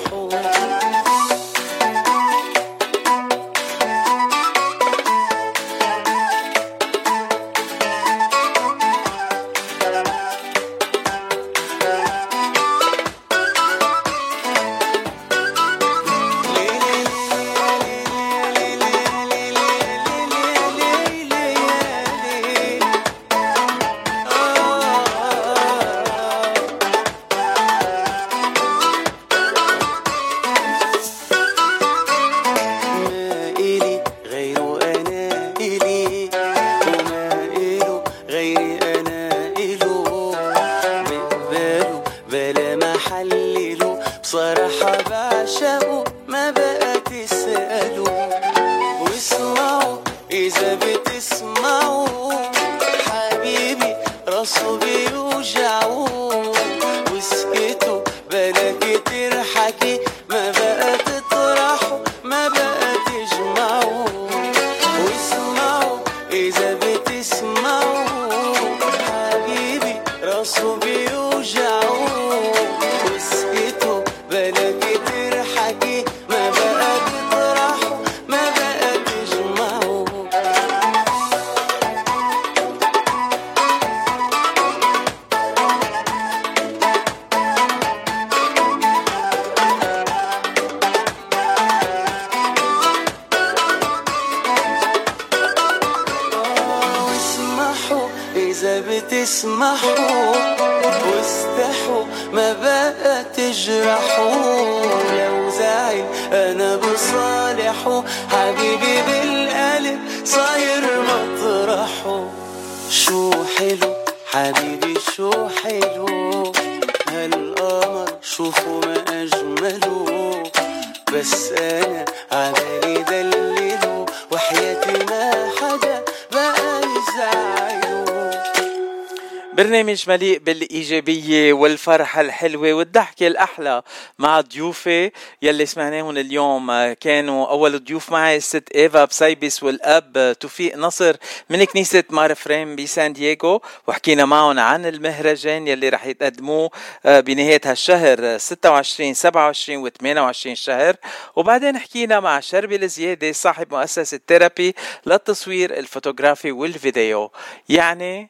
برنامج مليء بالإيجابية والفرحة الحلوة والضحكة الأحلى مع ضيوفي يلي سمعناهم اليوم. كانوا أول ضيوف معي الست إيفا بسايبس والأب توفيق نصر من كنيسة مار فريم بسان دييغو، وحكينا معهم عن المهرجان يلي رح يتقدموه بنهاية هالشهر ستة وعشرين سبعة وعشرين و ثمانية وعشرين شهر. وبعدين حكينا مع شربي الزيادة صاحب مؤسسة ثيرابي للتصوير الفوتوغرافي والفيديو. يعني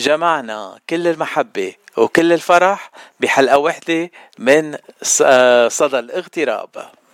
جمعنا كل المحبة وكل الفرح بحلقة واحدة من صدى الاغتراب.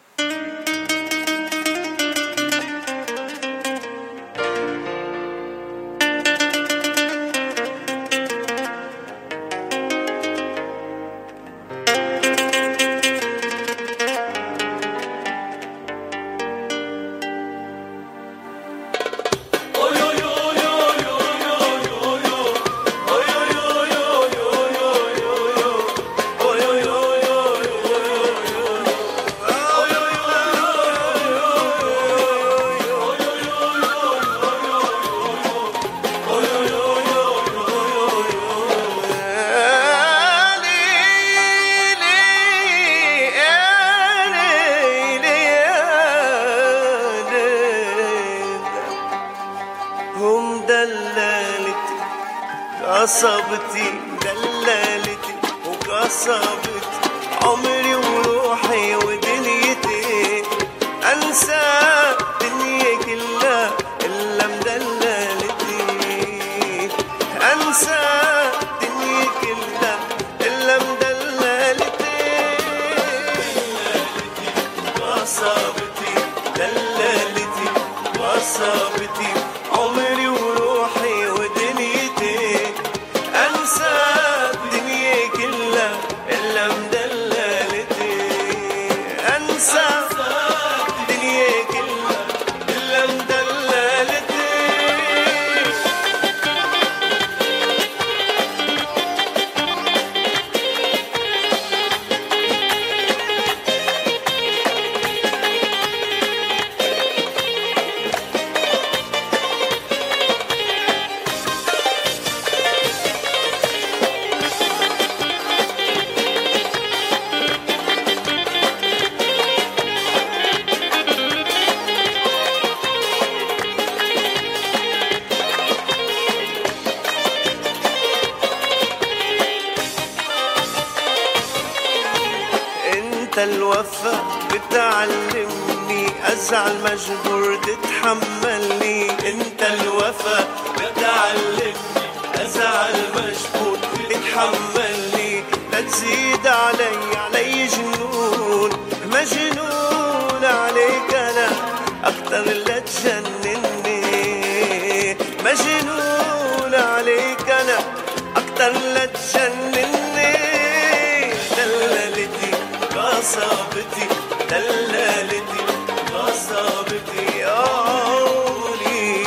قصبتي دلالتي وقصبت عمري وروحي ودنيتي، انسى دنيا كلها الا مدللتي، انسى دنيا كلها الا مدللتي. قصبتي قصابتي عمري وروحي ودنيتي انسى الدنيا كلها الا مدللتي انسى الدنيا كلها الا مدللتي الوفا بتعلمني ازعل مجبور تتحملني انت الوفا بتعلمني ازعل مجبور تتحملني لا تزيد علي علي جنون مجنون عليك انا اكتر لا تجنني مجنون عليك انا اكتر لا تجنني دللتي قصابتي دلالتي قصابتي يا عمري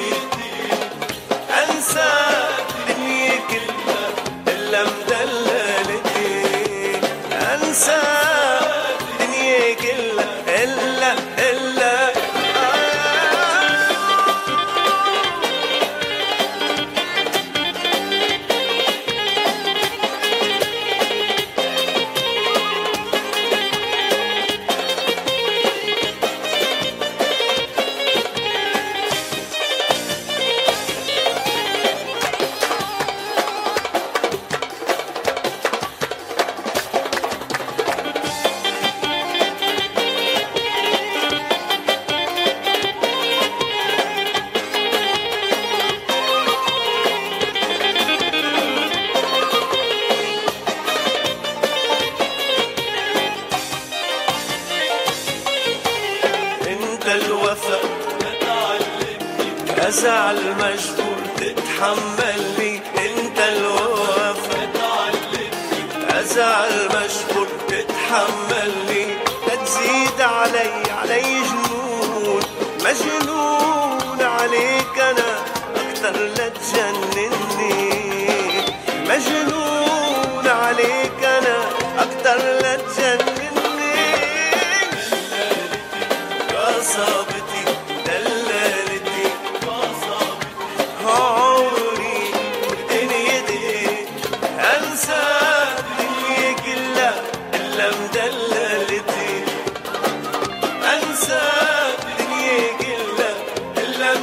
انسى الدنيا كلها الا مدللتي انسى الدنيا كلها الا الا ازعل مجبور تتحملني انت الوفا ازعل مجبور تتحملني لا تزيد علي علي جنون مجنون عليك انا اكتر لا تجنني مجنون عليك انا اكتر لا تجنني قصابتي دلالتي عمري ودنيتي انسى الدنيا كلها الا مدللتي انسى الدنيا كلها الا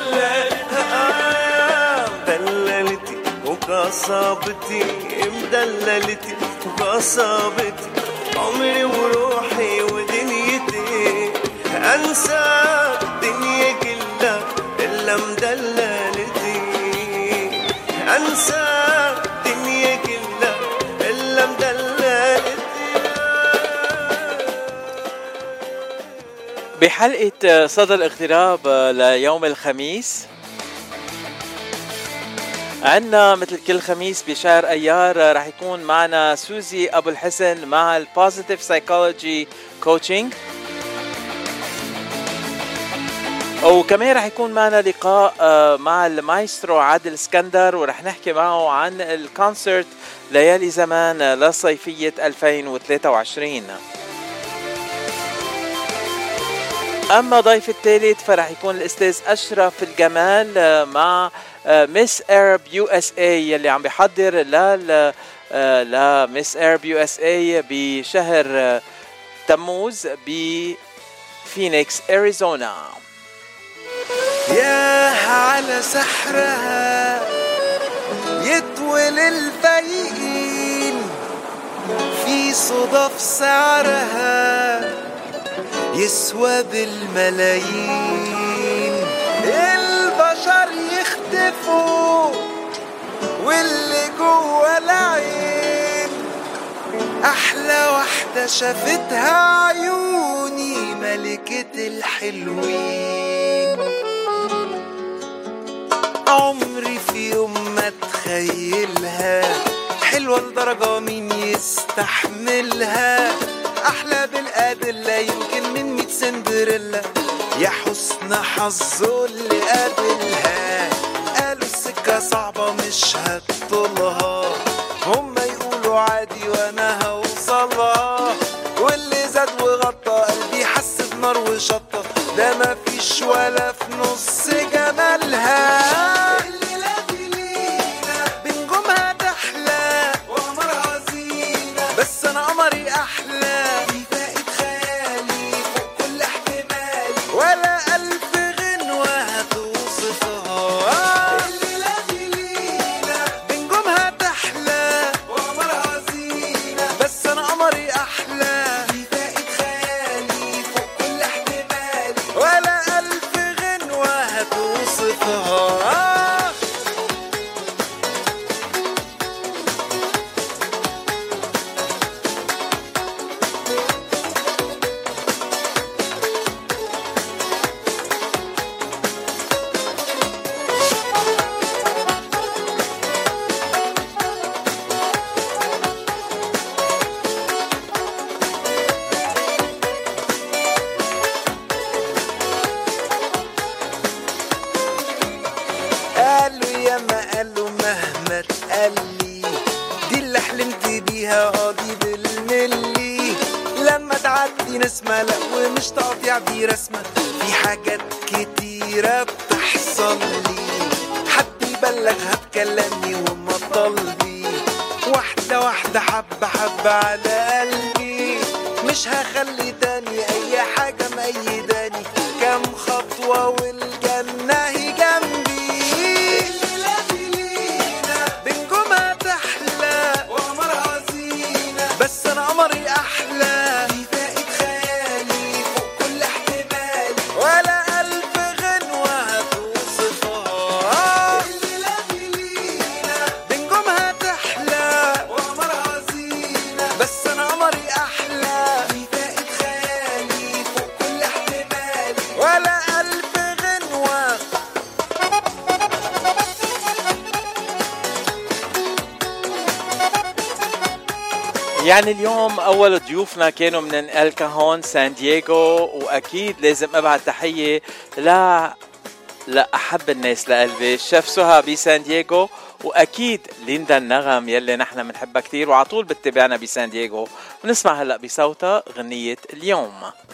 مدللتي مدللتي وقصابتي مدللتي وقصابتي عمري وروحي ودنيتي انسى الدنيا كلها الا مدللتي انسى الدنيا كلها الا مدللتي. بحلقة صدى الاغتراب ليوم الخميس عنا مثل كل خميس بشهر ايار رح يكون معنا سوزي ابو الحسن مع البوزيتيف سايكولوجي كوتشنج، وكمان رح يكون معنا لقاء مع المايسترو عادل اسكندر ورح نحكي معه عن الكونسرت ليالي زمان لصيفية ألفين وثلاثة وعشرين. اما ضيف الثالث فرح يكون الاستاذ اشرف الجمال مع ميس ارب يو اس اي يلي عم بيحضر لل لميس ارب يو اس اي بشهر تموز بفينيكس اريزونا. يا على سحرها يطول الفايقين في صدف سعرها يسوى بالملايين، البشر يختفوا واللي جوا العين احلى واحدة شافتها عيوني ملكة الحلوين. عمري في يوم ما اتخيلها، حلوة لدرجة مين يستحملها، أحلى بالأدلة يمكن من ميت سندريلا، يا حسن حظه اللي قابلها. قالوا السكة صعبة مش هتطولها، هما يقولوا عادي وانا هوصلها، واللي زاد وغطى قلبي حس بنار وشطة، ده مفيش ولا في نص جمالها. الليلة دي لينا بنجومها تحلى وقمرها زينة، بس انا قمري احلى، دي فائت خيالي فوق كل احتمالي، ولا الف غنوة هتوصفها. الليلة دي لينا بنجومها تحلى وقمرها زينة، بس انا قمري احلى، دي فائت خيالي فوق كل احتمالي، ولا الف غنوة هتوصفها. قالوا يا ما قالوا مهما تقلي، دي اللي حلمت بيها قاضي بالملي، لما تعدي نسمة لا ومش تقطيع دي رسمة، في حاجات كتيرة بتحصل لي، حد يبلغها بكلامي وما طلبي، واحدة واحدة حبة حبة على قلبي، مش هخلي تاني اي حاجة مأيداني، كام خطوة والجنة هي جنبي. الليلة دي لينا بنجومها تحلى وقمرها زينة، بس انا قمري احلى، دي فائت خيالي فوق كل احتمالي، ولا الف غنوة هتوصفها. الليلة دي لينا بنجومها تحلى وقمرها زينة، بس انا قمري احلى، دي فائت خيالي فوق كل احتمالي، ولا الف غنوة. يعني اليوم أول ضيوفنا كانوا من الكاهون سان دييغو، وأكيد لازم أبعت تحية لا لأحب الناس لقلبي الشيف سهى بسان دييغو، وأكيد ليندا النغم يلي نحن منحبها كتير وعطول بتتابعنا بسان دييغو، ونسمع هلأ بصوتها غنية اليوم.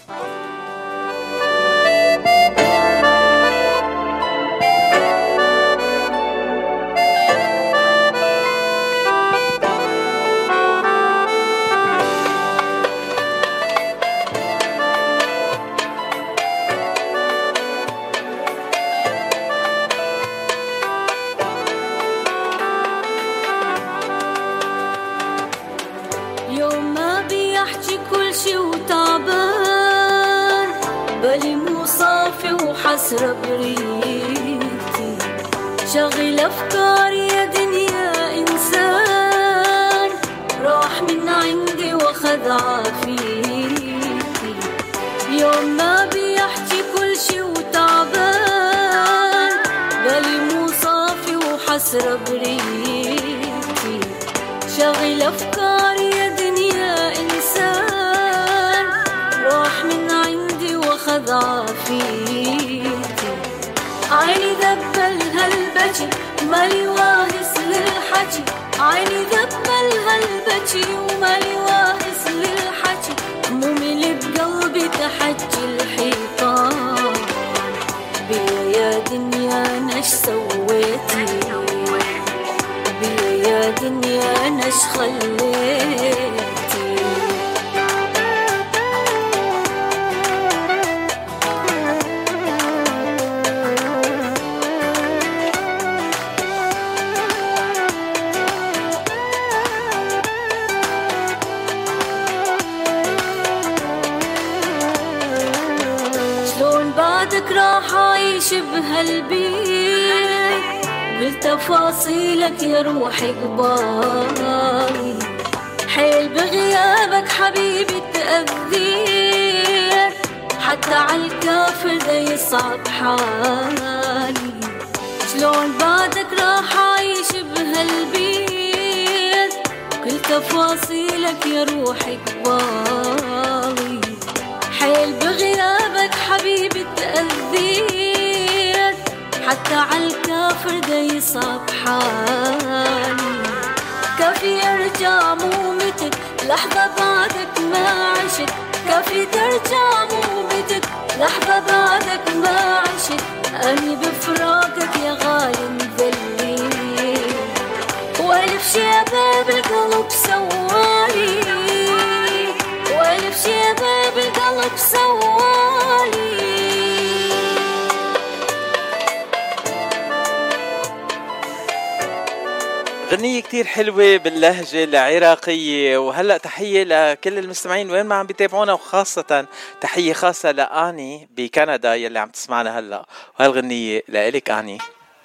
يوم ما بيحكي كل شي وتعبان، بالي مو صافي وحسرة بريتي، شغل أفكاري يا دنيا إنسان، راح من عندي وخذ عافيتي. يوم ما بيحكي كل شي وتعبان، بالي مو صافي وحسرة بريتي، شغل أفكاري يا دنيا إنسان، راح من عندي وخذ عافيتي. عيني ذبل هالبكي مالي واهس للحكي، عيني ذبل هالبكي ومالي واهس للحكي، همومي اللي بقلبي تحجي الحيطان، بيا يا دنيا نش سويتي، بيا يا دنيا نش خليتي. شلون بعدك راح أعيش بهالبيت، بالتفاصيلك يا روحي قبالي، حيل بغيابك حبيبي تأذير، حتى عالكافر دا يصعب حالي. شلون بعدك راح عايش بهالبيت كل تفاصيلك يا روحي قبالي حيل بغيابك حبيبي تأذيت حتى عالكافر دا يصعب حالي كافي ارجع مو متك لحظة بعدك ما عشت كافي ترجع مو متك لحظة بعدك ما عشت أني بفراقك يا غالي مذلي وألف شباب القلب سوالي وألف شباب القلب سوالي. غنية كتير حلوة باللهجة العراقية. وهلأ تحية لكل المستمعين وين ما عم بيتابعونا وخاصة تحية خاصة لآني بكندا يلي عم تسمعنا هلأ وهالغنية لإلك آني.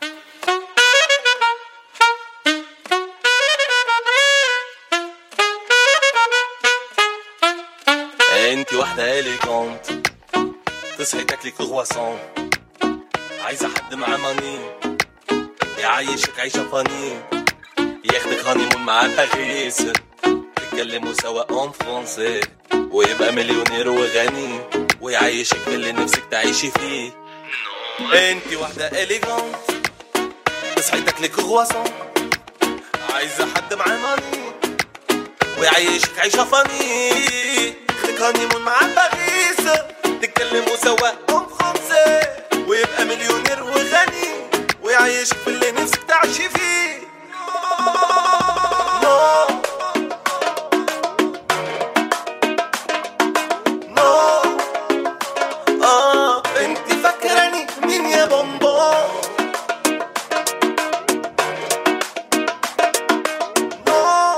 انتي واحدة إليغانت تصحي تاكلي كرواسون عايزة حد معاه ماني يعيشك عيشة فاني ياخدك هانيمون مع باريس تتكلموا سوا اون فرونسي ويبقى مليونير وغني ويعيشك في اللي نفسك تعيشي فيه. انتي واحدة إليغانت تصحي تاكلي كرواسون عايزة حد معاه ماني ويعيشك عيشة فاني ياخدك هانيمون مع باريس تتكلموا سوا اون فرونسي ويبقى مليونير وغني ويعيشك في اللي نفسك تعيشي فيه. No No آه انتي فاكراني مين يا بومبو No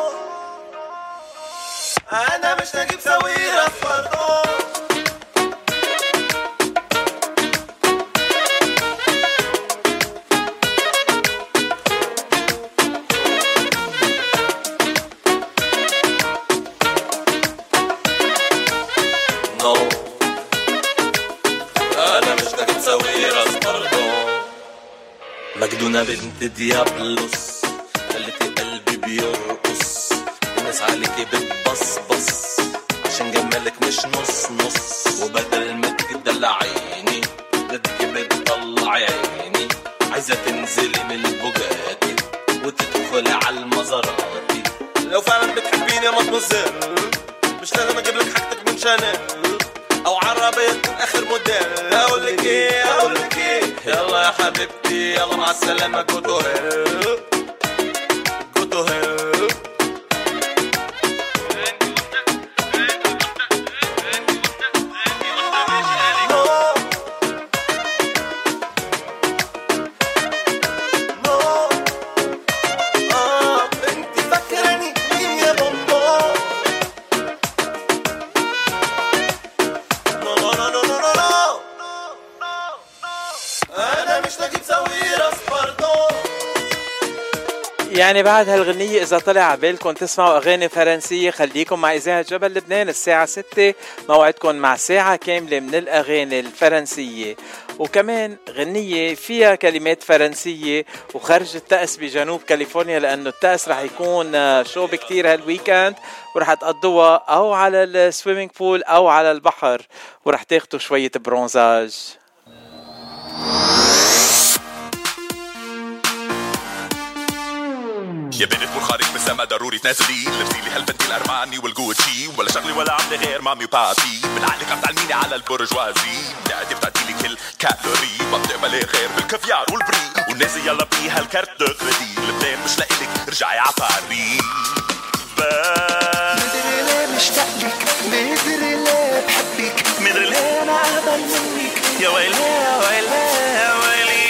أنا مش نجيب سويرة في فرضو مجنونة بنت ديابلوس خلتي قلبي بيرقص الناس عليكي بتبصبص عشان جمالك مش نص نص وبدل ما تدلعيني بدك بتطلع عيني عايزة تنزلي من البوجاتي وتدخلي على المزاراتي. لو فعلا بتحبيني ما تمزل مش لازم اجيب لك حاجتك من شانيل او عربية من اخر موديل. اقولك ايه اقولك ايه يلا يا حبيبتي يلا مع السلامة go to hell go to hell. يعني بعد هالغنية إذا طلع عبالكم تسمعوا أغاني فرنسية خليكم مع إذاعة جبل لبنان الساعة ستة موعدكم مع ساعة كاملة من الأغاني الفرنسية وكمان غنية فيها كلمات فرنسية وخرج التأس بجنوب كاليفورنيا لأنه التأس رح يكون شوب كتير هالويكند ورح تقضوها أو على السويمينج بول أو على البحر ورح تاخدوا شوية برونزاج. يا بنت منخرط من السما ضروري تنازلي لبسي لي هالبنتي الارماني والجوتشي ولا شغلي ولا عملي غير مامي وبابي بالعقل عم تعلميني على البرجوازي بدي بتعطي لي كل كالوري ما بتقبلي غير بالكافيار والبري والناس يلا بيها الكارت دو كريدي لبنان مش لاقيلك رجعي ع باريس. مدري ليه مشتاق لك مدري ليه بحبك مدري ليه انا اهبل منك يا ويلي يا ويلي يا ويلي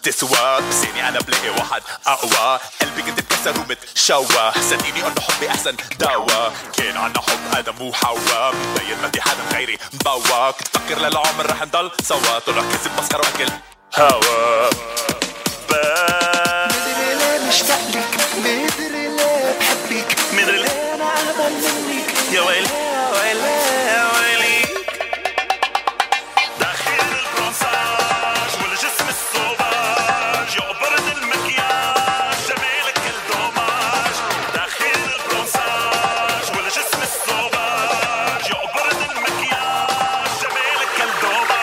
بتسوى، بس يعني انا بلاقي واحد اقوى. قلبي كنت بكسر ومتشوى، صدقيني انه حبي احسن دوا. كان عنا حب ادم وحواء، مبين ما في حدا غيري مبوا. كنت فكر للعمر رح نضل سوا، طلع كذب مسخر واكل هوا. مدري ليه مشتاق لك، مدري ليه بحبك، مدري ليه انا اهبل منك. يا ويلي يا ويلي يا ويلي، داخل البرونساج والجسم الصوباج، يقبرد المكياج جمالك الدوماج. داخل البرونساج والجسم الصوباج، يقبرد المكياج جمالك الدوماج.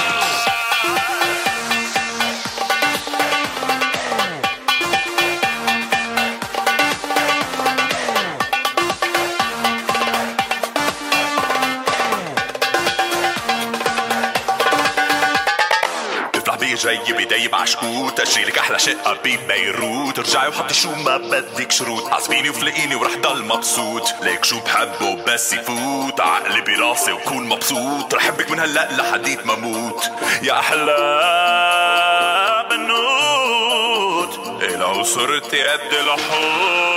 جاي بداية معشقوت، اشيلك احلى شقة ببيروت. ارجعي وحطي شو ما بدك شروط، عصبيني وفلقيني ورح ضل مبسوط. ليك شو بحبه بس يفوت عقلي براسي وكون مبسوط. رح حبك من هلأ لحديت ما موت يا احلى بنوت. إيه لو صرتي قد الحوت.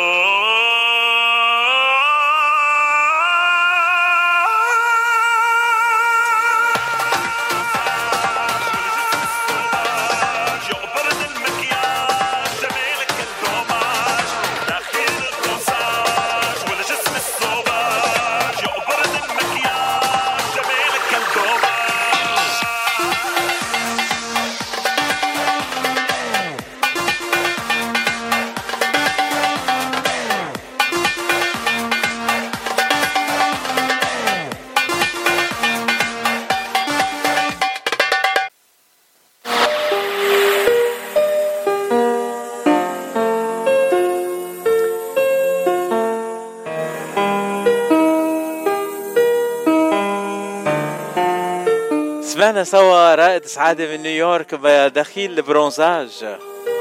سمعنا سوا رائد سعادة من نيويورك بدخيل البرونزاج.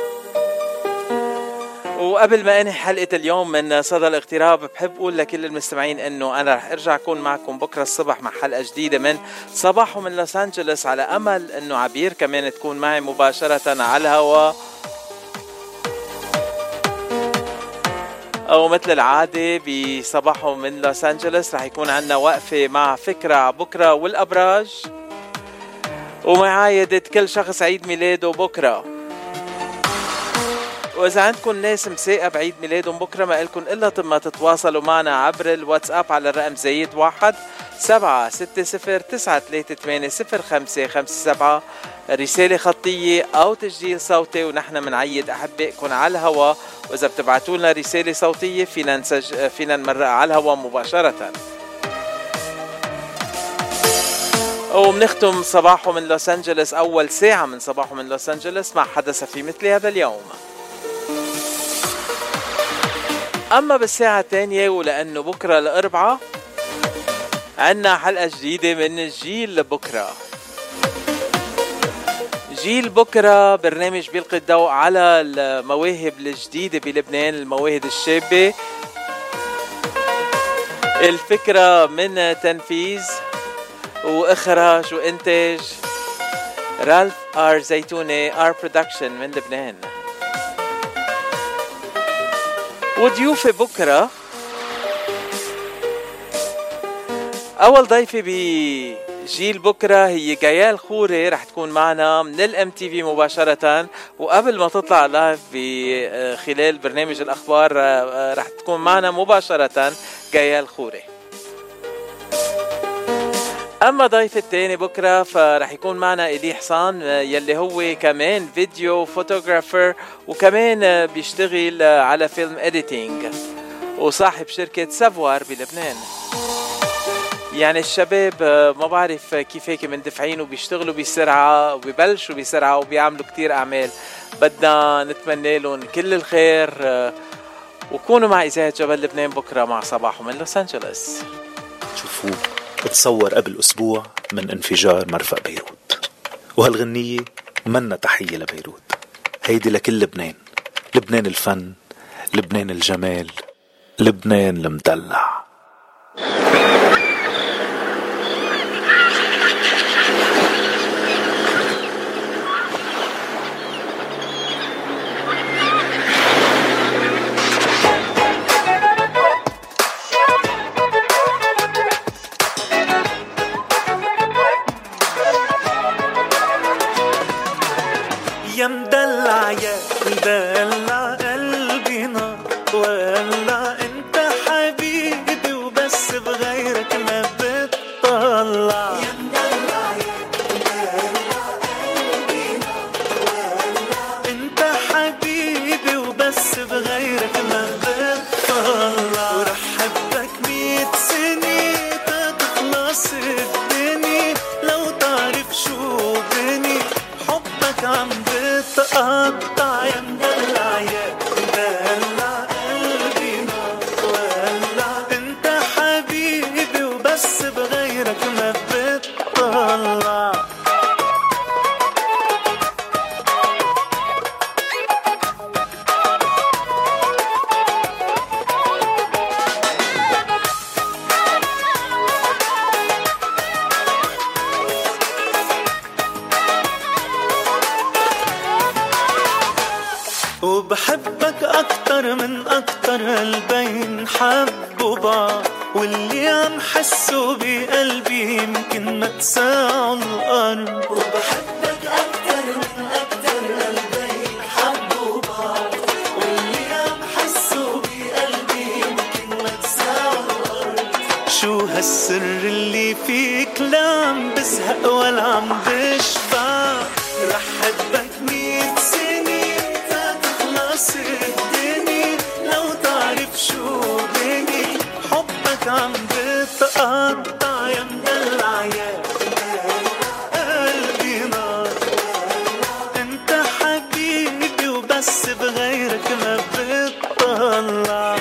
وقبل ما انهي حلقة اليوم من صدى الاغتراب، بحب اقول لكل المستمعين انه انا رح ارجع اكون معكم بكرة الصبح مع حلقة جديدة من صباحو من لوس أنجلوس، على امل انه عبير كمان تكون معي مباشرة على الهواء. او مثل العادة بصباحو من لوس أنجلوس رح يكون عنا وقفة مع فكرة بكرة والابراج، ومعايدة كل شخص عيد ميلاده بكرة. وإذا عندكم ناس مساقة بعيد ميلادهم بكرة، ما إلكم إلا ما تتواصلوا معنا عبر الواتساب على الرقم زايد واحد سبعة ستة صفر تسعة ثلاثة ثمانية صفر خمسة خمسة سبعة، رسالة خطية أو تسجيل صوتي، ونحن منعيد أحبائكم على الهواء. وإذا بتبعتوا لنا رسالة صوتية فينا نسج... فينا نمرقها على الهواء مباشرة. ومنختم صباحو من لوس أنجلوس، أول ساعة من صباحو من لوس أنجلوس مع حدث في مثل هذا اليوم. أما بالساعة الثانية، ولأنه بكرة الأربعة عنا حلقة جديدة من جيل بكرة. جيل بكرة برنامج بيلقي الضوء على المواهب الجديدة بلبنان، المواهب الشابة. الفكرة من تنفيذ وإخراج وإنتاج رالف آر زيتوني آر برودكشن من لبنان. وضيوفي بكرة، أول ضيفة بجيل بكرة هي جيال خوري، رح تكون معنا من الام تي في مباشرة. وقبل ما تطلع لايف خلال برنامج الأخبار رح تكون معنا مباشرة جيال خوري. أما ضيف التاني بكرة فرح يكون معنا إلي حصان، يلي هو كمان فيديو فوتوغرافر، وكمان بيشتغل على فيلم إديتينج، وصاحب شركة سافوار بلبنان. يعني الشباب ما بعرف كيف هيك مندفعين وبيشتغلوا بسرعة وبيبلشوا بسرعة وبيعملوا كتير أعمال. بدنا نتمنى لهم كل الخير، وكونوا مع إذاعة جبل لبنان بكرة مع صباحو من لوس أنجلوس. شوفوا، اتصور قبل أسبوع من انفجار مرفأ بيروت، وهالغنية منا تحية لبيروت، هيدي لكل لبنان. لبنان الفن، لبنان الجمال، لبنان المدلع. وبحبك أكتر من أكتر قلبين حبوا بعض، واللي عم حسه بقلبي يمكن ما تساعوا الأرض. وبحبك أكتر من أكتر قلبين حبوا بعض، واللي عم حسه بقلبي يمكن ما تساعوا الأرض. شو هالسر اللي فيك لا عم بزهق ولا عم بشبع؟ رح حبك مية سنة تتخلص الدنيا لو تعرف شو بيني. حبك عم بتقطع يا مدلع يا قلبي نار. انت حبيبي وبس بغيرك ما بتطلع.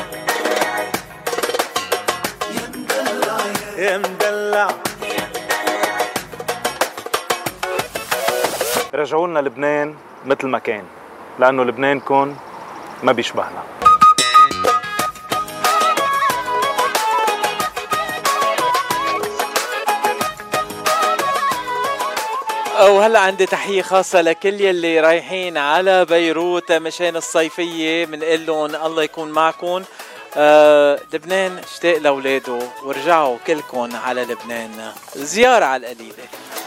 يا مدلع يا مدلع. رجعولنا لبنان مثل ما كان، لأنه لبنانكم ما بيشبهنا. وهلا عندي تحية خاصة لكل يلي رايحين على بيروت مشان الصيفية، بنقول لهم الله يكون معكم. آه لبنان اشتاق لأولاده، ورجعوا كلكم على لبنان زيارة على القليلة.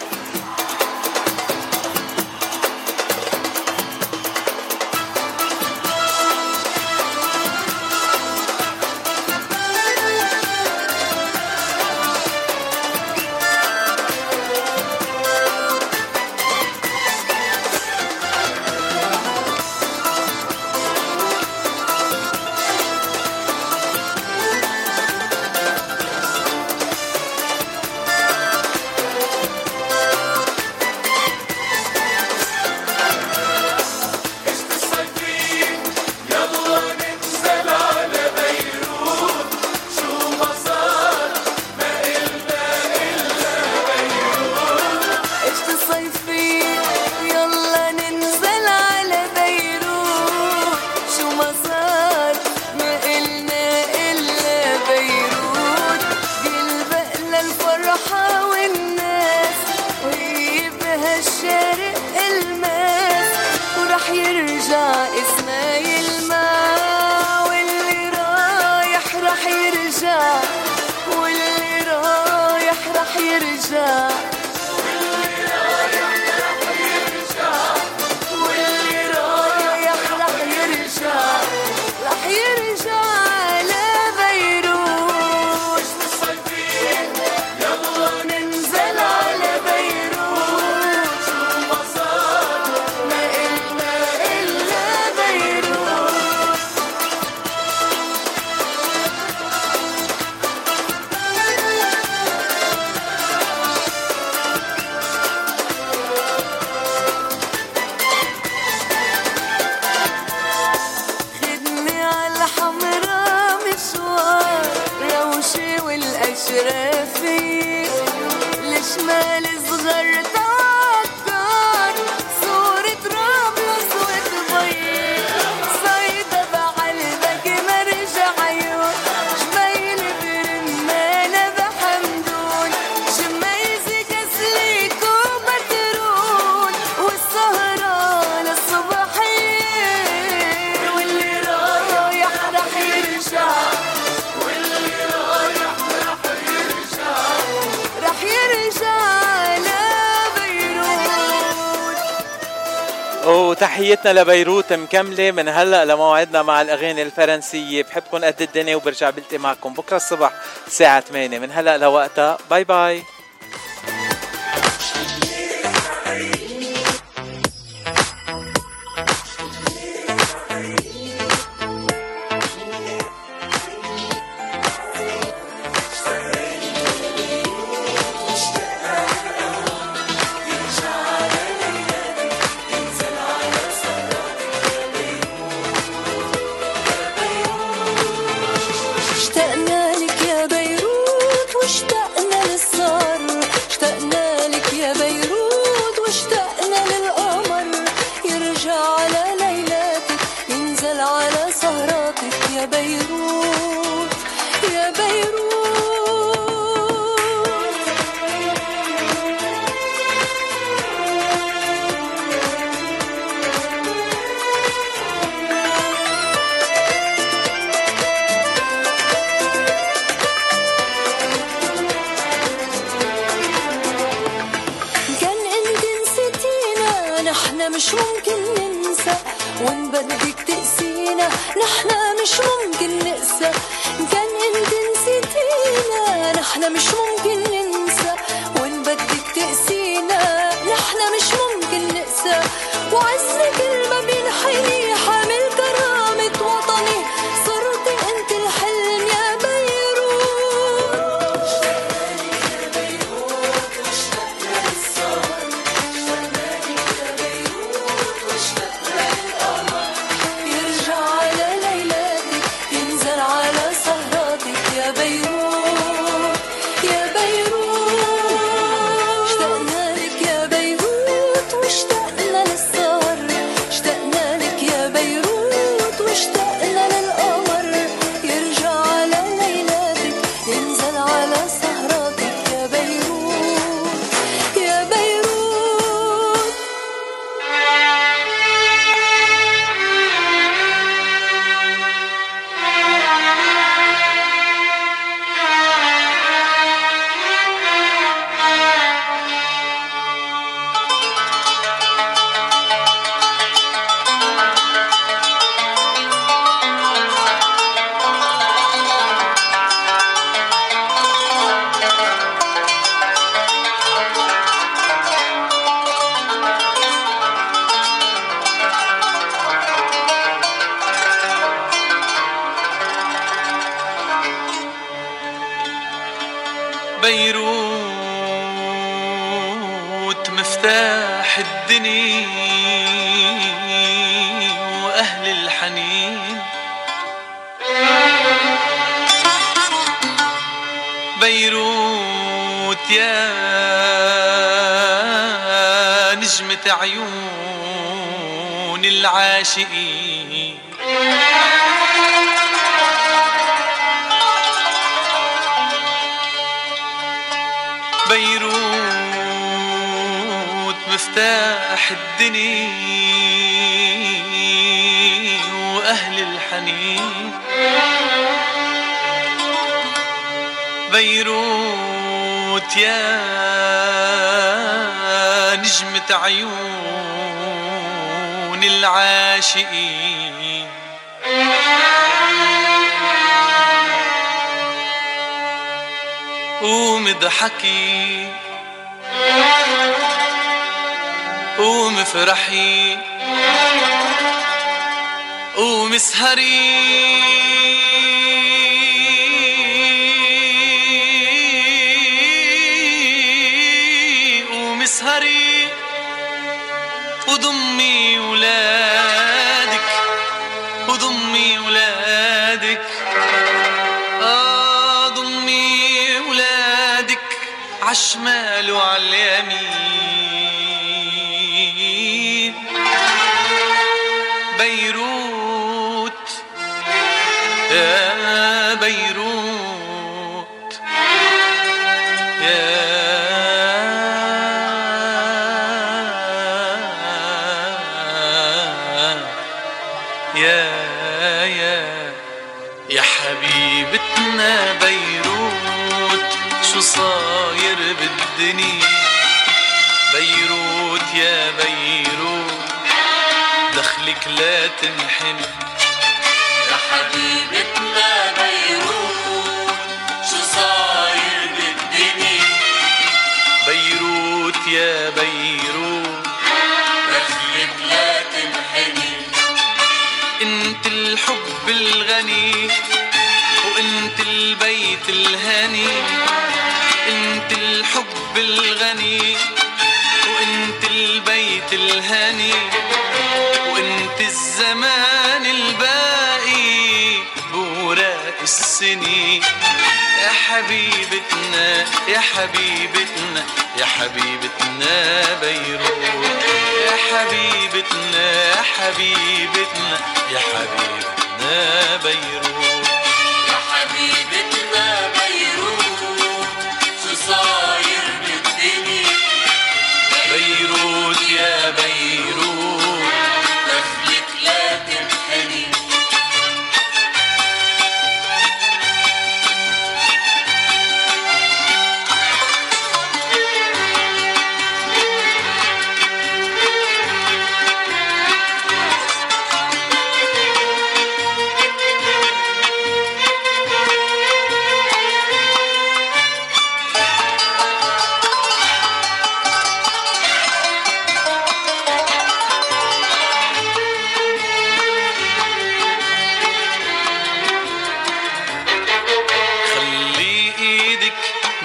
وتحيتنا لبيروت مكملة من هلأ لموعدنا مع الأغاني الفرنسية. بحبكم قد الدنيا وبرجع بلتقي معكم بكرة الصبح الساعة ثمانية. من هلأ لوقتها باي باي. اشتقنا لك يا بيروت واشتقنا للصار مش ممكن ننسى، وإن بدك تقسينا نحنا مش ممكن نقسى. إن كان انت نسيتينا نحنا مش ممكن ننسى، وإن بدك تقسينا نحنا مش ممكن نقسى. وعز كلمة بينحني حامل كرامة وطني، صرتي انت الحلم يا بيروت. اشتقنا لك يا بيروت واشتقنا للسهر، اشتقنا لك يا بيروت واشتقنا للقمر، يرجع على ليلاتك ينزل على سهراتك يا بيروت يا بيروت. اشتقنا لك يا بيروت واشتقنا للسهر، اشتقنا لك يا بيروت واشتقنا للقمر، يرجع على ليلاتك ينزل على سهراتك يا بيروت يا بيروت. بيروت مفتاح الدنيا وأهل الحنين، بيروت يا نجمة عيون العاشقين، بيروت مفتاح الدنيا وأهل الحنين، بيروت يا نجمة عيون العاشقين، قوم اضحكي قوم افرحي قوم اسهري، قوم اسهري وضمي ولادك وضمي ولادك، آه ضمي ولادك عالشمال وعاليمين. بيروت يا بيروت يا يا يا يا حبيبتنا بيروت، شو صاير بالدنيا؟ بيروت يا بيروت دخلك لا تنحني، يا حبيبتنا بيروت شو صاير بالدنيا؟ بيروت يا بيروت دخلك لا تنحني، انت الحب الغني وانت البيت الهني، انت الحب الغني وانت البيت الهني، وانت الزمان الباقي بوراق السنين. يا حبيبتنا يا حبيبتنا يا حبيبتنا بيروت، يا حبيبتنا يا حبيبتنا يا حبيبتنا بيروت، يا حبيبتنا بيروت شو صاير بالدنيا؟ بيروت يا بيروت دخلك لا تنحني،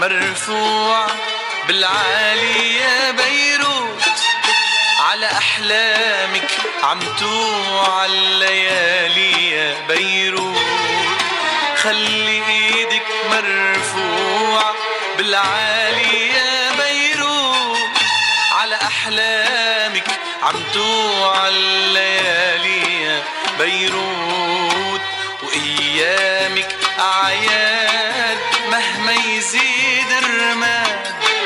مرفوع بالعالي يا بيروت، على أحلامك عم توعى الليالي يا بيروت. خلي ايدك مرفوعة بالعالي يا بيروت، على أحلامك عم توعى الليالي يا بيروت. وأيامك أعياد مهما يزيد الرماد،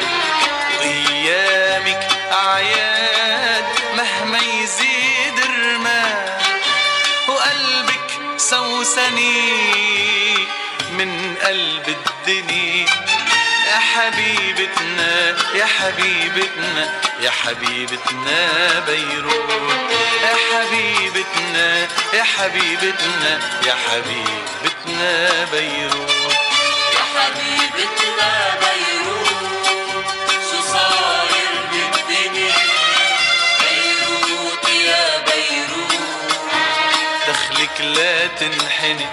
وأيامك أعياد مهما يزيد الرماد. وقلبك سوسني من قلب الدنيا يا حبيبتنا يا حبيبتنا يا حبيبتنا بيروت. يا حبيبتنا يا حبيبتنا يا حبيبتنا بيروت. يا حبيبتنا بيروت شو صاير بالدنيا، بيروت يا بيروت دخلك لا تنحني.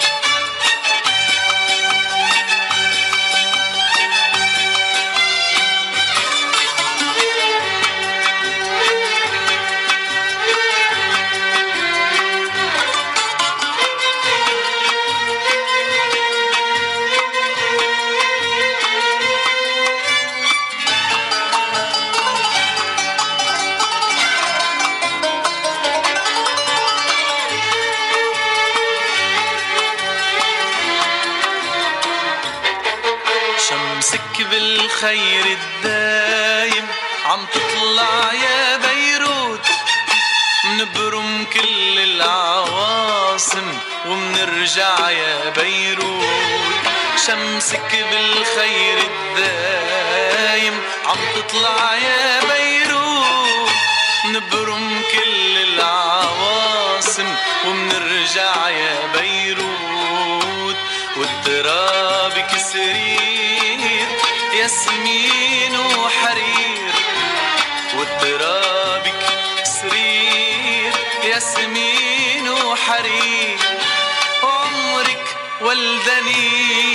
شمسك بالخير الدايم عم تطلع يا بيروت، منبرم كل العواصم ومنرجع يا بيروت. شمسك بالخير الدايم عم تطلع يا بيروت، منبرم كل العواصم ومنرجع يا بيروت. والتراب كسرير ياسمين وحرير، والترابك سرير ياسمين وحرير. عمرك ولدني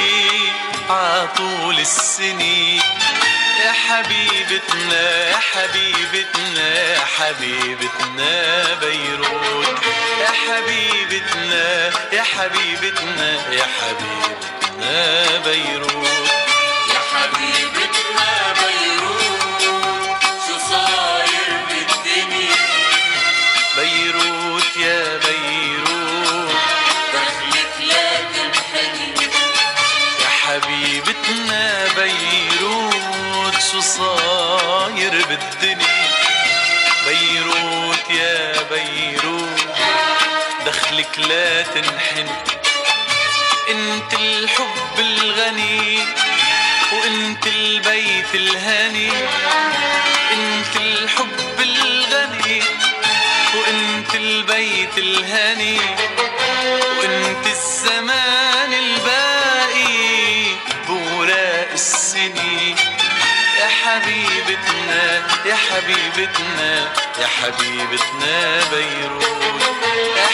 عطول السنين يا حبيبتنا يا حبيبتنا يا حبيبتنا بيروت. يا حبيبتنا يا حبيبتنا يا حبيبتنا بيروت. يا حبيبتنا بيروت شو صاير بالدنيا، بيروت يا بيروت دخلك لا تنحني. يا حبيبتنا بيروت شو صاير بالدنيا، بيروت يا بيروت دخلك لا تنحني. انت الحب الغني وانت البيت الهني، انت الحب الغني وانت البيت الهني، وانت الزمان الباقي بوراق السنين. يا حبيبتنا يا حبيبتنا يا حبيبتنا بيروت. يا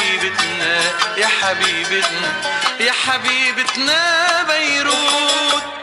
حبيبتنا يا حبيبتنا يا حبيبتنا بيروت.